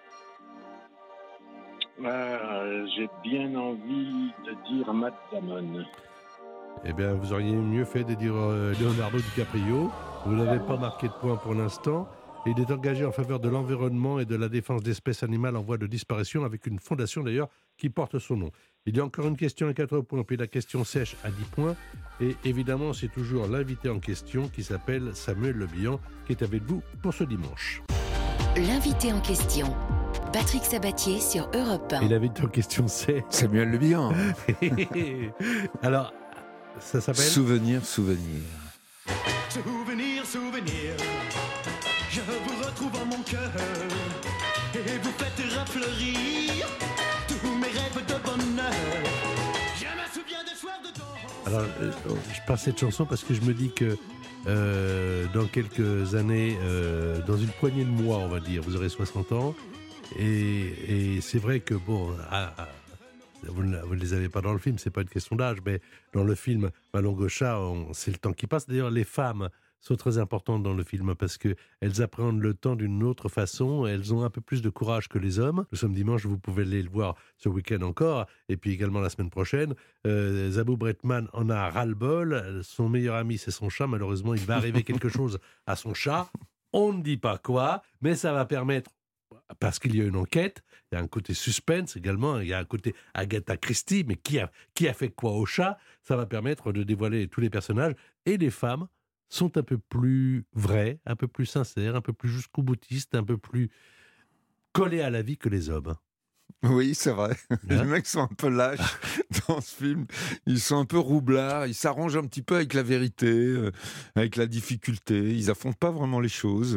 Euh, j'ai bien envie de dire Matt Damon. Eh bien, vous auriez mieux fait de dire euh, Leonardo DiCaprio. Vous n'avez pas marqué de point pour l'instant. Il est engagé en faveur de l'environnement et de la défense d'espèces animales en voie de disparition, avec une fondation d'ailleurs qui porte son nom. Il y a encore une question à quatre points, puis la question sèche à dix points. Et évidemment, c'est toujours l'invité en question qui s'appelle Samuel Le Bihan, qui est avec vous pour ce dimanche. L'invité en question. Patrick Sabatier sur Europe un. Et l'invité en question, c'est Samuel Le Bihan. Alors, ça s'appelle Souvenir, souvenir. Souvenir, souvenir. Je vous retrouve en mon cœur et vous faites refleurir tous mes rêves de bonheur. Je me souviens des soirs de danse. Alors, euh, je passe cette chanson parce que je me dis que euh, dans quelques années, euh, dans une poignée de mois, on va dire, vous aurez soixante ans. Et, et c'est vrai que, bon, ah, ah, vous ne, vous ne les avez pas dans le film, c'est pas une question d'âge, mais dans le film Manon Gauchat, on, c'est le temps qui passe. D'ailleurs, les femmes sont très importantes dans le film parce qu'elles appréhendent le temps d'une autre façon, elles ont un peu plus de courage que les hommes. Nous sommes dimanche, vous pouvez aller le voir ce week-end encore, et puis également la semaine prochaine. Euh, Zabou Bretman en a ras-le-bol, son meilleur ami c'est son chat, malheureusement il va arriver quelque chose à son chat, on ne dit pas quoi, mais ça va permettre, parce qu'il y a une enquête, il y a un côté suspense également, il y a un côté Agatha Christie, mais qui a, qui a fait quoi au chat ? Ça va permettre de dévoiler tous les personnages, et les femmes sont un peu plus vraies, un peu plus sincères, un peu plus jusqu'au boutiste, un peu plus collées à la vie que les hommes. Oui, c'est vrai. Hein Les mecs sont un peu lâches dans ce film. Ils sont un peu roublards. Ils s'arrangent un petit peu avec la vérité, euh, avec la difficulté. Ils affrontent pas vraiment les choses.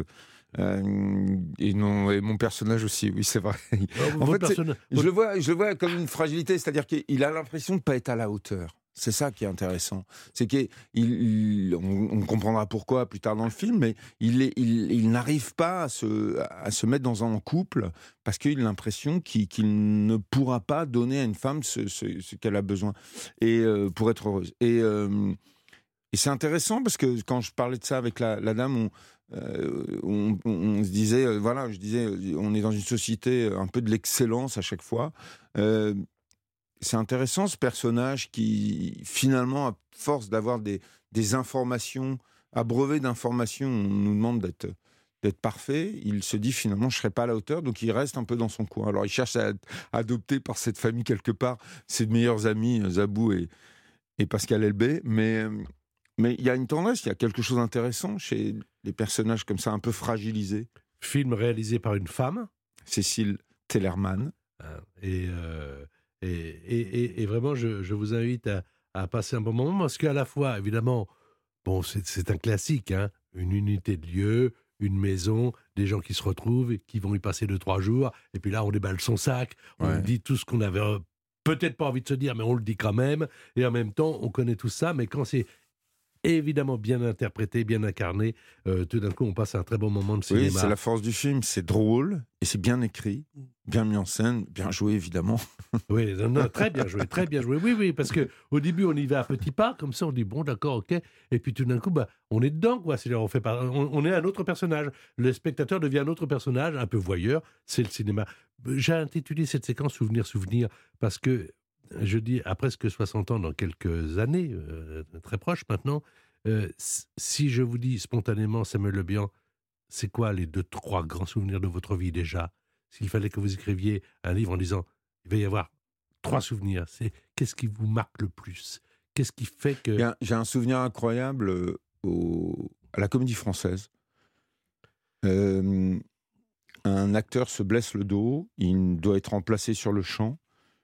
Euh, et, non, et mon personnage aussi, oui, c'est vrai. Oh, En votre fait, c'est- personnage- je le vois, je le vois comme une fragilité, c'est-à-dire qu'il a l'impression de ne pas être à la hauteur. C'est ça qui est intéressant. C'est qu'il, il- on, on comprendra pourquoi plus tard dans le film, mais il, est- il, il n'arrive pas à se, à se mettre dans un couple parce qu'il a l'impression qu'il, qu'il ne pourra pas donner à une femme ce, ce- ce qu'elle a besoin et euh, pour être heureuse. Et, euh, et c'est intéressant parce que quand je parlais de ça avec la, la dame, on, euh, on, on- on se disait, euh, voilà, je disais, euh, on est dans une société euh, un peu de l'excellence à chaque fois. Euh, c'est intéressant ce personnage qui, finalement, à force d'avoir des, des informations, abreuvé d'informations, on nous demande d'être, d'être parfait, il se dit finalement je ne serai pas à la hauteur, donc il reste un peu dans son coin. Alors il cherche à être adopté par cette famille quelque part, ses meilleurs amis, Zabou et, et Pascal Elbé, mais euh, mais il y a une tendance, il y a quelque chose d'intéressant chez les personnages comme ça, un peu fragilisés. Film réalisé par une femme. Cécile Tellerman. Hein, Et, euh, et, et, et- et vraiment, je, je vous invite à, à passer un bon moment parce qu'à la fois, évidemment, bon, c'est, c'est un classique, hein, une unité de lieu, une maison, des gens qui se retrouvent et qui vont y passer deux, trois jours. Et puis là, on déballe son sac, on Ouais. dit tout ce qu'on avait euh, peut-être pas envie de se dire, mais on le dit quand même. Et en même temps, on connaît tout ça, mais quand c'est évidemment bien interprété, bien incarné, euh, tout d'un coup, on passe un très bon moment de Oui, cinéma. c'est la force du film, c'est drôle et c'est bien écrit, bien mis en scène, bien joué évidemment. Oui, non, non, très bien joué, très bien joué. Oui, oui, parce que au début, on y va à petits pas, comme ça, on dit bon, d'accord, ok, et puis tout d'un coup, bah, on est dedans, quoi. C'est-à-dire, on fait pas, on, on est un autre personnage. Le spectateur devient un autre personnage, un peu voyeur. C'est le cinéma. J'ai intitulé cette séquence Souvenir, souvenir, parce que je dis à presque soixante ans, dans quelques années, euh, très proches maintenant, euh, si je vous dis spontanément, Samuel Le Bihan, c'est quoi les deux, trois grands souvenirs de votre vie déjà? S'il fallait que vous écriviez un livre en disant, il va y avoir trois souvenirs, c'est qu'est-ce qui vous marque le plus? Qu'est-ce qui fait que... J'ai un, j'ai un souvenir incroyable euh, au, à la Comédie Française. Euh, un acteur se blesse le dos, il doit être remplacé sur le champ.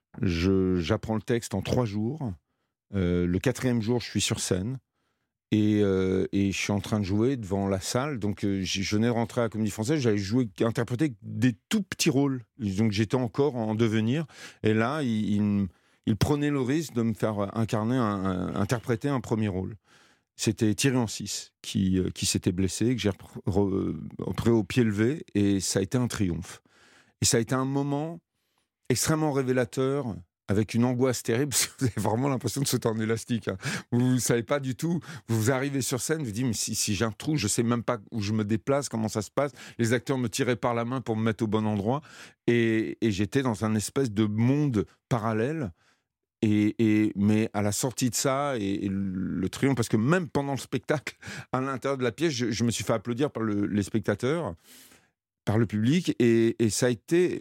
Je, j'apprends le texte en trois jours. Euh, le quatrième jour, je suis sur scène. Et, euh, et je suis en train de jouer devant la salle. Donc, euh, je venais de rentrer à la Comédie Française. J'avais joué, interprété des tout petits rôles. Donc, j'étais encore en devenir. Et là, il, il, il prenait le risque de me faire incarner, un, un, interpréter un premier rôle. C'était Thierry Ansys qui, euh, qui s'était blessé, que j'ai repris au pied levé. Et ça a été un triomphe. Et ça a été un moment extrêmement révélateur, avec une angoisse terrible, parce que vous avez vraiment l'impression de sauter en élastique. Hein. Vous ne savez pas du tout, vous arrivez sur scène, vous dites, mais si, si j'ai un trou, je ne sais même pas où je me déplace, comment ça se passe. Les acteurs me tiraient par la main pour me mettre au bon endroit, et, et j'étais dans un espèce de monde parallèle. Et, et, mais à la sortie de ça, et, et le triomphe, parce que même pendant le spectacle, à l'intérieur de la pièce, je, je me suis fait applaudir par le, les spectateurs, par le public, et, et ça a été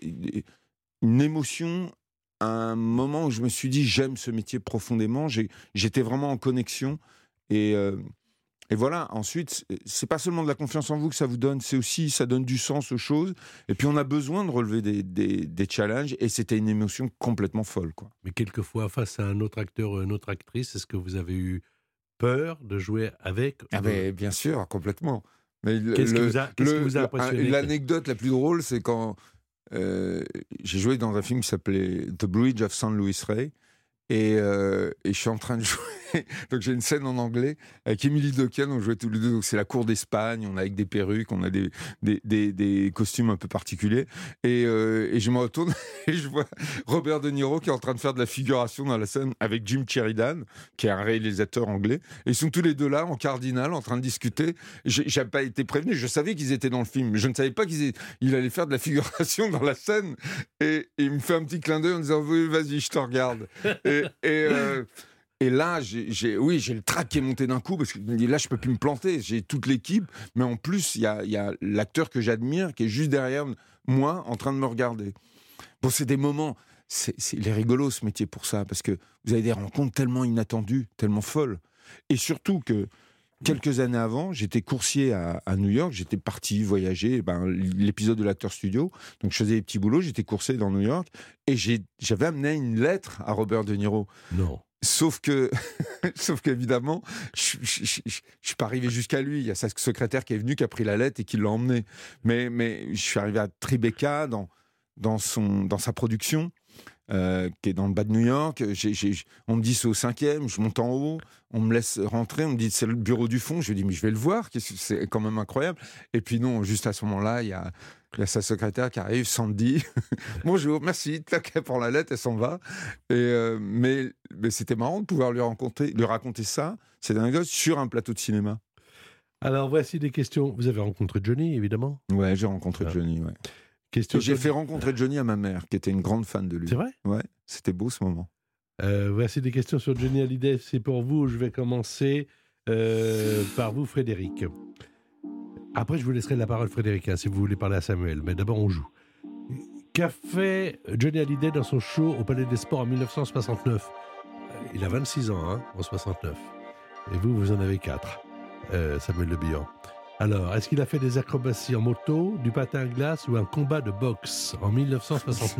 une émotion, un moment où je me suis dit j'aime ce métier profondément, J'ai, j'étais vraiment en connexion et, euh, et voilà, ensuite c'est pas seulement de la confiance en vous que ça vous donne, c'est aussi, ça donne du sens aux choses et puis on a besoin de relever des, des, des challenges et c'était une émotion complètement folle, quoi. Mais quelquefois face à un autre acteur ou une autre actrice, est-ce que vous avez eu peur de jouer avec? Ah mais bien sûr, complètement. Mais Qu'est-ce, le, qui vous a, qu'est-ce le, qui vous a impressionné? L'anecdote la plus drôle, c'est quand Euh, j'ai joué dans un film qui s'appelait The Bridge of Saint Louis Ray et, euh, et je suis en train de jouer donc j'ai une scène en anglais avec Émilie Dequesne, on jouait tous les deux, donc c'est la cour d'Espagne, on a avec des perruques, on a des, des, des, des costumes un peu particuliers et, euh, et je me retourne et je vois Robert De Niro qui est en train de faire de la figuration dans la scène avec Jim Sheridan qui est un réalisateur anglais et ils sont tous les deux là en cardinal en train de discuter. J'ai, j'ai pas été prévenu, je savais qu'ils étaient dans le film mais je ne savais pas qu'ils il allait faire de la figuration dans la scène et, et il me fait un petit clin d'œil en disant oui, vas-y je te regarde et, et euh, Et là, j'ai, j'ai, oui, j'ai le trac qui est monté d'un coup, parce que là, je ne peux plus me planter. J'ai toute l'équipe, mais en plus, il y a, y a l'acteur que j'admire qui est juste derrière moi, en train de me regarder. Bon, c'est des moments... C'est, c'est, il est rigolo, ce métier, pour ça, parce que vous avez des rencontres tellement inattendues, tellement folles. Et surtout que quelques années avant, j'étais coursier à, à New York, j'étais parti voyager, ben, l'épisode de l'Acteur Studio, donc je faisais des petits boulots, j'étais coursier dans New York, et j'ai, j'avais amené une lettre à Robert De Niro. Non. Sauf que, sauf qu'évidemment, je ne suis pas arrivé jusqu'à lui. Il y a sa secrétaire qui est venue, qui a pris la lettre et qui l'a emmené. Mais, mais je suis arrivé à Tribeca, dans, dans, son, dans sa production, euh, qui est dans le bas de New York. J'ai, j'ai, on me dit c'est au cinquième, je monte en haut, on me laisse rentrer, on me dit c'est le bureau du fond. Je dis mais je vais le voir, c'est quand même incroyable. Et puis non, juste à ce moment-là, il y a... Il y a sa secrétaire qui arrive, Sandy. Bonjour, merci. Tac, elle prend la lettre, elle s'en va. Et euh, mais, mais c'était marrant de pouvoir lui, rencontrer, lui raconter ça, cette anecdote, sur un plateau de cinéma. Alors, voici des questions. Vous avez rencontré Johnny, évidemment ? Ouais, j'ai rencontré ah. Johnny, ouais. Question j'ai fait rencontrer Johnny à ma mère, qui était une grande fan de lui. C'est vrai ? Ouais, c'était beau ce moment. Euh, voici des questions sur Johnny Hallyday. C'est pour vous. Je vais commencer euh, par vous, Frédéric. Après, je vous laisserai la parole, Frédéric, hein, si vous voulez parler à Samuel. Mais d'abord, on joue. Qu'a fait Johnny Hallyday dans son show au Palais des Sports en dix-neuf cent soixante-neuf ? Il a vingt-six ans, hein, en soixante-neuf. Et vous, vous en avez quatre, euh, Samuel Le Bihan. Alors, est-ce qu'il a fait des acrobaties en moto, du patin à glace ou un combat de boxe en dix-neuf cent soixante-neuf ?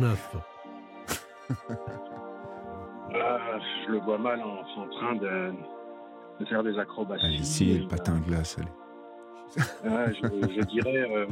Ah, je le vois mal en, en train de, de faire des acrobaties. Allez, ici, le patin à glace, allez. Ah, je, je dirais, euh...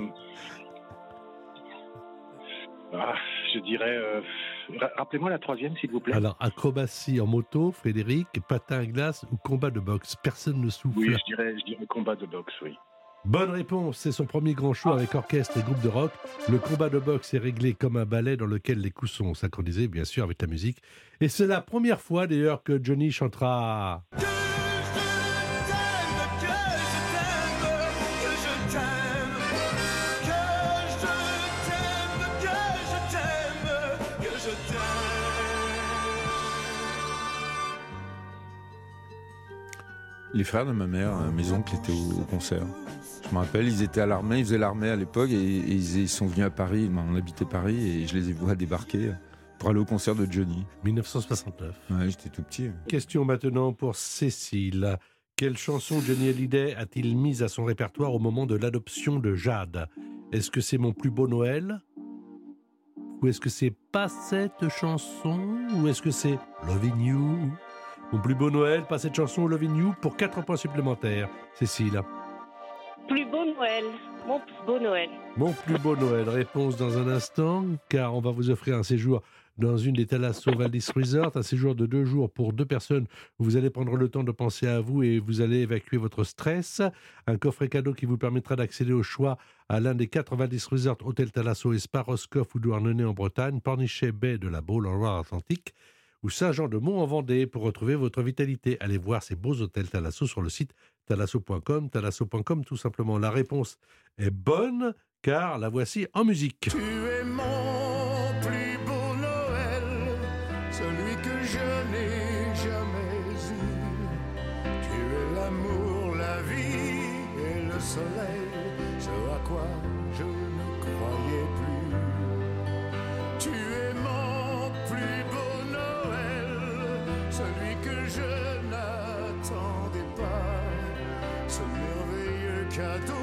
ah, je dirais, euh... rappelez-moi la troisième, s'il vous plaît. Alors, acrobatie en moto, Frédéric, patin à glace ou combat de boxe. Personne ne souffle. Oui, je dirais, je dirais combat de boxe, oui. Bonne réponse, c'est son premier grand show avec orchestre et groupe de rock. Le combat de boxe est réglé comme un ballet dans lequel les coups sont synchronisés, bien sûr, avec la musique. Et c'est la première fois, d'ailleurs, que Johnny chantera... Les frères de ma mère, mes oncles étaient au, au concert. Je me rappelle, ils étaient à l'armée, ils faisaient l'armée à l'époque et, et ils, ils sont venus à Paris, on habitait Paris et je les ai vus débarquer pour aller au concert de Johnny. dix-neuf cent soixante-neuf. Ouais, j'étais tout petit. Question maintenant pour Cécile. Quelle chanson Johnny Hallyday a-t-il mise à son répertoire au moment de l'adoption de Jade ? Est-ce que c'est Mon plus beau Noël ? Ou est-ce que c'est Pas cette chanson ? Ou est-ce que c'est Loving You ? Mon plus beau Noël, Pas cette chanson, Loving You, pour quatre points supplémentaires. Cécile. Plus beau Noël. Mon plus beau Noël. Mon plus beau Noël. Réponse dans un instant, car on va vous offrir un séjour dans une des Thalasso Valdis Resort, un séjour de deux jours pour deux personnes où vous allez prendre le temps de penser à vous et vous allez évacuer votre stress. Un coffret cadeau qui vous permettra d'accéder au choix à l'un des quatre Valdis Resort, Hôtel Thalasso et Spa, Roscoff ou Douarnenez en Bretagne, Pornichet Bay de la Baule en Loire-Atlantique ou Saint-Jean-de-Mont en Vendée pour retrouver votre vitalité. Allez voir ces beaux hôtels Thalasso sur le site thalasso point com, thalasso point com tout simplement. La réponse est bonne car la voici en musique. Tu es mon plus beau Noël, celui que je n'ai jamais eu. Tu es l'amour, la vie et le soleil, ce à quoi je ne croyais plus. Tu es mon plus beau Noël, celui que je n'attendais pas, ce merveilleux cadeau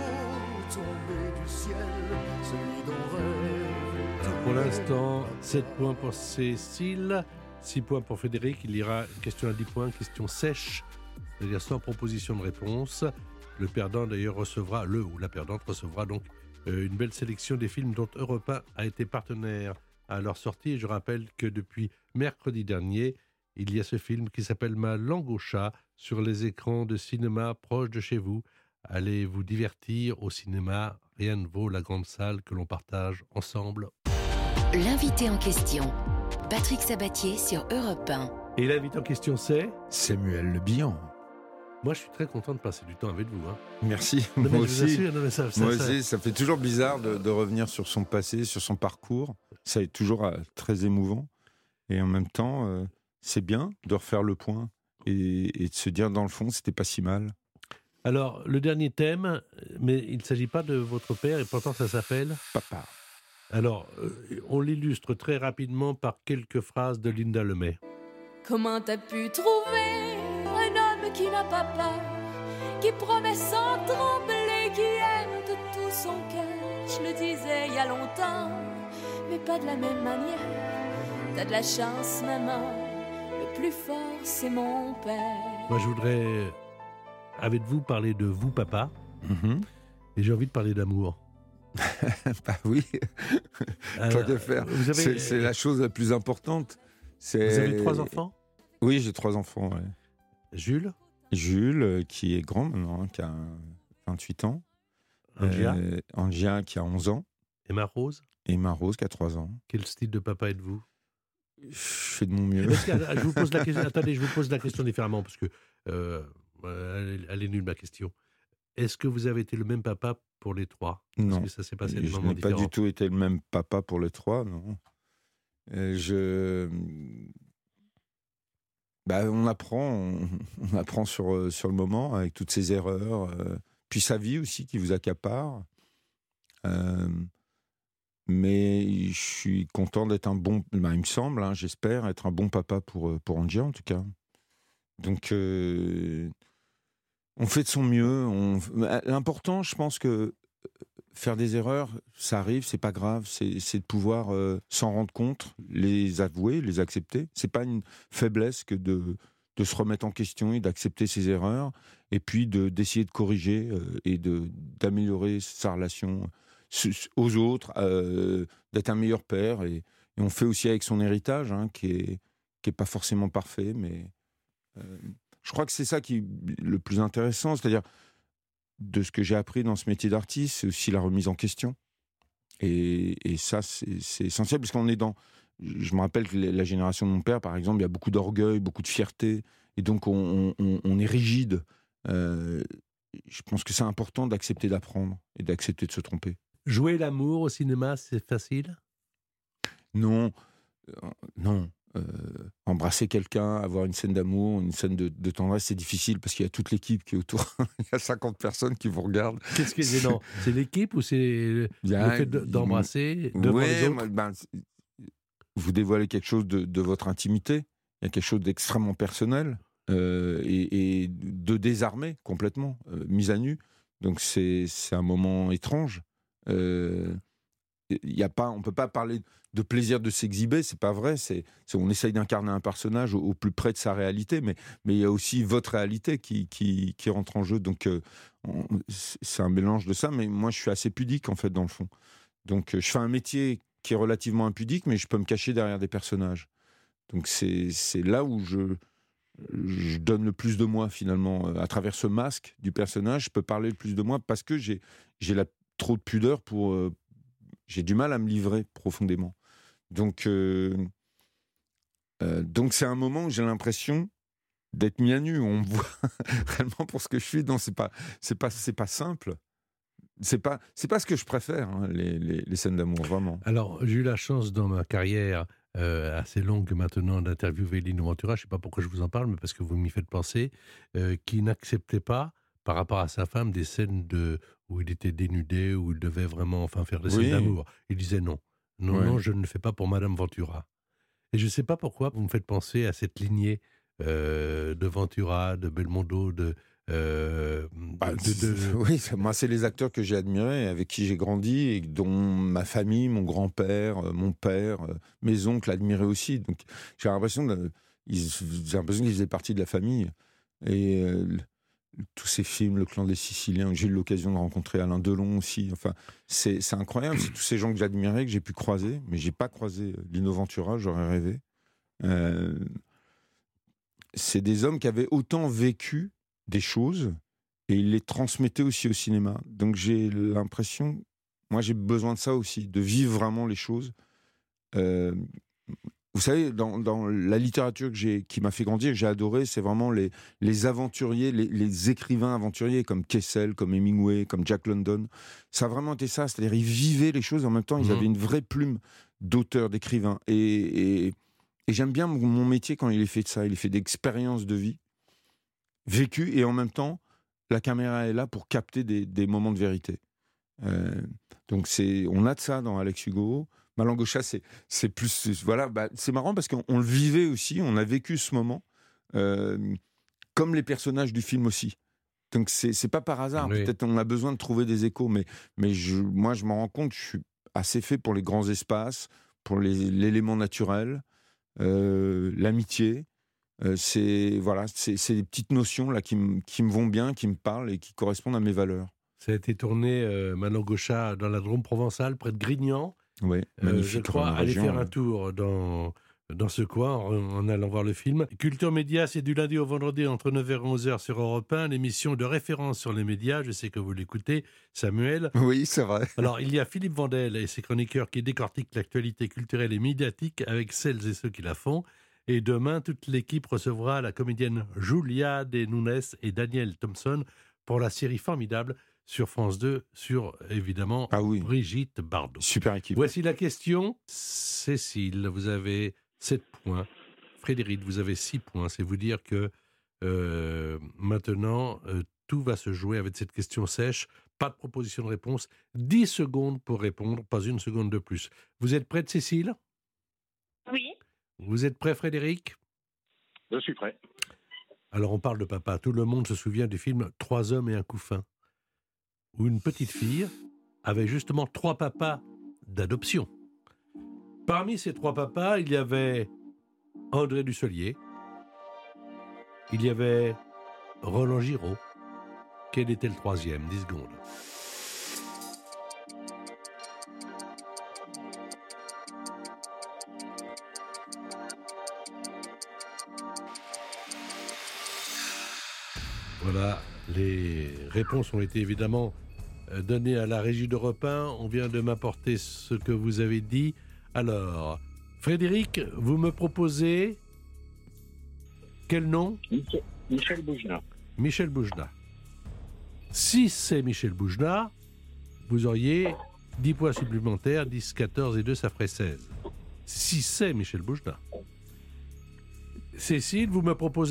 tombé du ciel, celui dont rêve. Alors pour l'instant, sept points pour Cécile, six points pour Frédéric. Il y aura question à dix points, question sèche, c'est-à-dire sans proposition de réponse. Le perdant d'ailleurs recevra, le ou la perdante recevra donc euh, une belle sélection des films dont Europe un a été partenaire à leur sortie. Et je rappelle que depuis mercredi dernier, il y a ce film qui s'appelle Ma langue au chat sur les écrans de cinéma proches de chez vous. Allez vous divertir au cinéma, rien ne vaut la grande salle que l'on partage ensemble. L'invité en question, Patrick Sabatier sur Europe un. Et l'invité en question c'est Samuel Le Bihan. Moi je suis très content de passer du temps avec vous. Hein. Merci, non, moi je aussi. Assure, non, ça, ça, moi ça... aussi, ça fait toujours bizarre de, de revenir sur son passé, sur son parcours. Ça est toujours euh, très émouvant. Et en même temps, euh, c'est bien de refaire le point et, et de se dire dans le fond, c'était pas si mal. Alors, le dernier thème, mais il ne s'agit pas de votre père, et pourtant ça s'appelle Papa. Alors, euh, on l'illustre très rapidement par quelques phrases de Linda Lemay. Comment t'as pu trouver un homme qui n'a pas peur qui promet sans trembler, qui aime de tout son cœur. Je le disais il y a longtemps, mais pas de la même manière. T'as de la chance, maman, le plus fort, c'est mon père. Moi, je voudrais, avec vous, parler de vous, papa, Mm-hmm. et j'ai envie de parler d'amour. Bah oui, Euh, tant qu'à faire. vous avez- C'est, c'est la chose la plus importante. C'est... Vous avez trois enfants ? Oui, j'ai trois enfants. Ouais. Jules, Jules, euh, qui est grand maintenant, hein, qui a vingt-huit ans. Angia Euh, Angia, qui a onze ans. et ma Rose. Et Marose, qui a trois ans. Quel style de papa êtes-vous ? Je fais de mon mieux. Est-ce que- je vous pose la question. Attendez, je vous pose la question différemment parce que euh, elle, est- elle est nulle ma question. Est-ce que vous avez été le même papa pour les trois ? Non. Parce que ça s'est passé à des Je moments n'ai pas différents. du tout été le même papa pour les trois, non. Euh, je... Bah, on apprend, on, on apprend sur, euh, sur le moment, avec toutes ces erreurs, euh, puis sa vie aussi qui vous accapare. Euh, mais je suis content d'être un bon, bah, il me semble, hein, j'espère, être un bon papa pour, pour Angia en tout cas. Donc, euh, on fait de son mieux. On... L'important, je pense que faire des erreurs, ça arrive, c'est pas grave. C'est, c'est de pouvoir euh, s'en rendre compte, les avouer, les accepter. C'est pas une faiblesse que de, de se remettre en question et d'accepter ses erreurs, et puis de, d'essayer de corriger euh, et de, d'améliorer sa relation aux autres, euh, d'être un meilleur père. Et, et on fait aussi avec son héritage, hein, qui est, qui est pas forcément parfait, mais euh, je crois que c'est ça qui est le plus intéressant, c'est-à-dire de ce que j'ai appris dans ce métier d'artiste, c'est aussi la remise en question. Et, et ça, c'est, c'est essentiel, parce qu'on est dans... Je me rappelle que la génération de mon père, par exemple, il y a beaucoup d'orgueil, beaucoup de fierté, et donc on, on, on est rigide. Euh, je pense que c'est important d'accepter d'apprendre et d'accepter de se tromper. Jouer l'amour au cinéma, c'est facile ? Non, euh, non. Euh, embrasser quelqu'un, avoir une scène d'amour, une scène de, de tendresse, c'est difficile parce qu'il y a toute l'équipe qui est autour. Il y a cinquante personnes qui vous regardent. Qu'est-ce qui est gênant ? C'est l'équipe ou c'est le, Il y a- le fait de- d'embrasser devant Ouais, les autres ? moi, ben, vous dévoilez quelque chose de, de votre intimité. Il y a quelque chose d'extrêmement personnel euh, et, et de désarmé complètement, euh, mise à nu. Donc c'est, c'est un moment étrange. Euh, y a pas, on ne peut pas parler de plaisir de s'exhiber, c'est pas vrai. C'est, c'est, on essaye d'incarner un personnage au, au plus près de sa réalité, mais mais il y a aussi votre réalité qui, qui, qui rentre en jeu. Donc euh, on, c'est un mélange de ça. Mais moi, je suis assez pudique en fait dans le fond. Donc euh, je fais un métier qui est relativement impudique, mais je peux me cacher derrière des personnages. Donc c'est, c'est là où je, je donne le plus de moi finalement. À travers ce masque du personnage, je peux parler le plus de moi parce que j'ai, j'ai la, trop de pudeur pour... Euh, j'ai du mal à me livrer profondément. Donc, euh, euh, donc c'est un moment où j'ai l'impression d'être mis à nu. On me voit réellement pour ce que je suis. Non, c'est pas, c'est pas, c'est pas simple. C'est pas, c'est pas ce que je préfère, hein, les, les, les scènes d'amour, vraiment. Alors, j'ai eu la chance dans ma carrière euh, assez longue maintenant d'interviewer Lino Ventura. Je ne sais pas pourquoi je vous en parle, mais parce que vous m'y faites penser, euh, qui n'acceptait pas, par rapport à sa femme, des scènes de, où il était dénudé, où il devait vraiment enfin, faire des Oui. scènes d'amour. Il disait non. Non, Ouais. non, je ne le fais pas pour Madame Ventura. Et je ne sais pas pourquoi vous me faites penser à cette lignée euh, de Ventura, de Belmondo, de... Euh, Bah, de, de- de- Oui, c'est- moi, c'est les acteurs que j'ai admirés, avec qui j'ai grandi, et dont ma famille, mon grand-père, euh, mon père, euh, mes oncles admiraient aussi. Donc, j'ai l'impression, de, ils, j'ai l'impression qu'ils faisaient partie de la famille. Et euh, le- tous ces films, Le Clan des Siciliens, j'ai eu l'occasion de rencontrer Alain Delon aussi. Enfin, c'est, c'est incroyable. C'est tous ces gens que j'admirais, que j'ai pu croiser, mais j'ai pas croisé Lino Ventura, j'aurais rêvé. Euh, c'est des hommes qui avaient autant vécu des choses et ils les transmettaient aussi au cinéma. Donc j'ai l'impression, moi j'ai besoin de ça aussi, de vivre vraiment les choses. Euh, vous savez, dans, dans la littérature que j'ai, qui m'a fait grandir, que j'ai adoré, c'est vraiment les, les aventuriers, les, les écrivains aventuriers comme Kessel, comme Hemingway, comme Jack London. Ça a vraiment été ça, c'est-à-dire ils vivaient les choses et en même temps ils Mmh. avaient une vraie plume d'auteur, d'écrivain. Et, et, et j'aime bien mon, mon métier quand il est fait de ça, il est fait d'expériences de vie vécues et en même temps la caméra est là pour capter des, des moments de vérité. Euh, donc c'est, on a de ça dans Alex Hugo. Ma langue au chat, c'est, c'est plus, c'est, voilà, bah, c'est marrant parce qu'on on le vivait aussi, on a vécu ce moment, euh, comme les personnages du film aussi. Donc c'est, c'est pas par hasard. Oui. Peut-être on a besoin de trouver des échos, mais, mais je, moi je m'en rends compte, je suis assez fait pour les grands espaces, pour les, l'élément naturel, euh, l'amitié. Euh, c'est, voilà, c'est, c'est des petites notions là, qui, m, qui me vont bien, qui me parlent et qui correspondent à mes valeurs. Ça a été tourné, euh, Manon Gauchat, dans la Drôme provençale, près de Grignan. Oui, magnifique. Euh, je crois aller faire un tour dans... dans ce coin, en, en allant voir le film. Culture Média, c'est du lundi au vendredi entre neuf heures et onze heures sur Europe un, l'émission de référence sur les médias. Je sais que vous l'écoutez, Samuel. Oui, c'est vrai. Alors, il y a Philippe Vandel et ses chroniqueurs qui décortiquent l'actualité culturelle et médiatique avec celles et ceux qui la font. Et demain, toute l'équipe recevra la comédienne Julia De Nunes et Daniel Thompson pour la série formidable sur France deux, sur, évidemment, ah oui. Brigitte Bardot. Super équipe. Voici la question. Cécile, vous avez sept points. Frédéric, vous avez six points. C'est vous dire que euh, maintenant, euh, tout va se jouer avec cette question sèche. Pas de proposition de réponse. dix secondes pour répondre, pas une seconde de plus. Vous êtes prête, Cécile ? Oui. Vous êtes prêt, Frédéric ? Je suis prêt. Alors, on parle de papa. Tout le monde se souvient du film « Trois hommes et un couffin », où une petite fille avait justement trois papas d'adoption. Parmi ces trois papas, il y avait André Dussolier, il y avait Roland Giraud. Quel était le troisième ? dix secondes. Voilà, les réponses ont été évidemment données à la régie d'Europe un. On vient de m'apporter ce que vous avez dit. Alors, Frédéric, vous me proposez quel nom ? Michel Boujna. Michel Boujna. Si c'est Michel Boujna, vous auriez dix points supplémentaires, dix, quatorze et deux, ça ferait seize. Si c'est Michel Boujna. Cécile, vous me proposez ?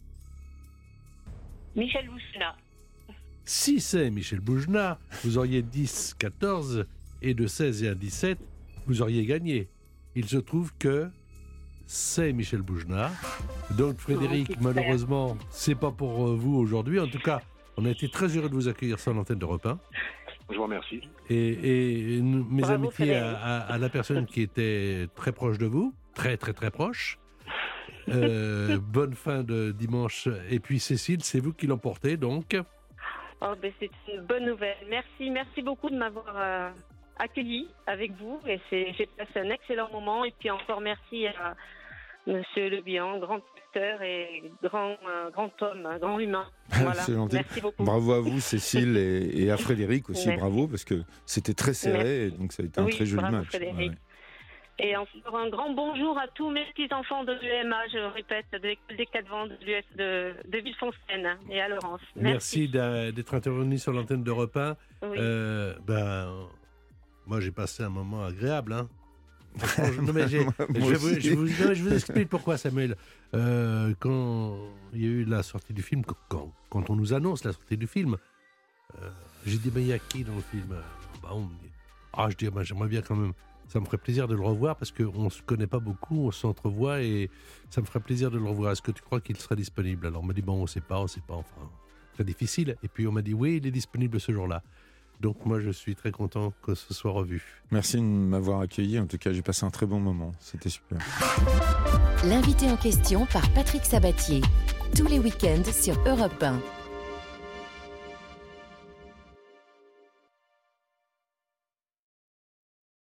Michel Boujna. Si c'est Michel Boujna, vous auriez dix, quatorze et de seize et un dix-sept, vous auriez gagné. Il se trouve que c'est Michel Boujna. Donc Frédéric, oh, malheureusement, c'est pas pour vous aujourd'hui. En tout cas, on a été très heureux de vous accueillir sur l'antenne d'Europe un. Je vous remercie. Et, et nous, mes Bravo, amitiés à, à, à la personne qui était très proche de vous, très très très proche. Euh, bonne fin de dimanche. Et puis Cécile, c'est vous qui l'emportez, donc. Oh, ben c'est une bonne nouvelle. Merci, merci beaucoup de m'avoir euh, accueilli avec vous. Et c'est, j'ai passé un excellent moment. Et puis encore merci à Monsieur Le Bihan, grand acteur et grand, euh, grand homme, grand humain. Voilà. C'est gentil. Merci beaucoup. Bravo à vous, Cécile, et, et à Frédéric aussi. Merci. Bravo, parce que c'était très serré, et donc ça a été un oui, très joli bravo, match. Frédéric. Ouais. Et encore un grand bonjour à tous mes petits-enfants de l'U M A, je répète, de l'école des quatre vents de l'U S de, de Villefontaine et à Laurence. Merci, Merci d'être intervenu sur l'antenne d'Europe un. Oui. Euh, ben, moi, j'ai passé un moment agréable. Hein. Non, mais j'ai, je, vous, je, vous, non, je vous explique pourquoi, Samuel. Euh, quand il y a eu la sortie du film, quand, quand on nous annonce la sortie du film, euh, j'ai dit, mais il y a qui dans le film ? Bah, on me dit, ah, je dis, bah, j'aimerais bien quand même. Ça me ferait plaisir de le revoir parce qu'on ne se connaît pas beaucoup, on s'entrevoit et ça me ferait plaisir de le revoir. Est-ce que tu crois qu'il sera disponible ? Alors on m'a dit, bon, on ne sait pas, on ne sait pas, enfin, c'est difficile. Et puis on m'a dit, oui, il est disponible ce jour-là. Donc moi, je suis très content que ce soit revu. Merci de m'avoir accueilli. En tout cas, j'ai passé un très bon moment. C'était super. L'invité en question par Patrick Sabatier. Tous les week-ends sur Europe un.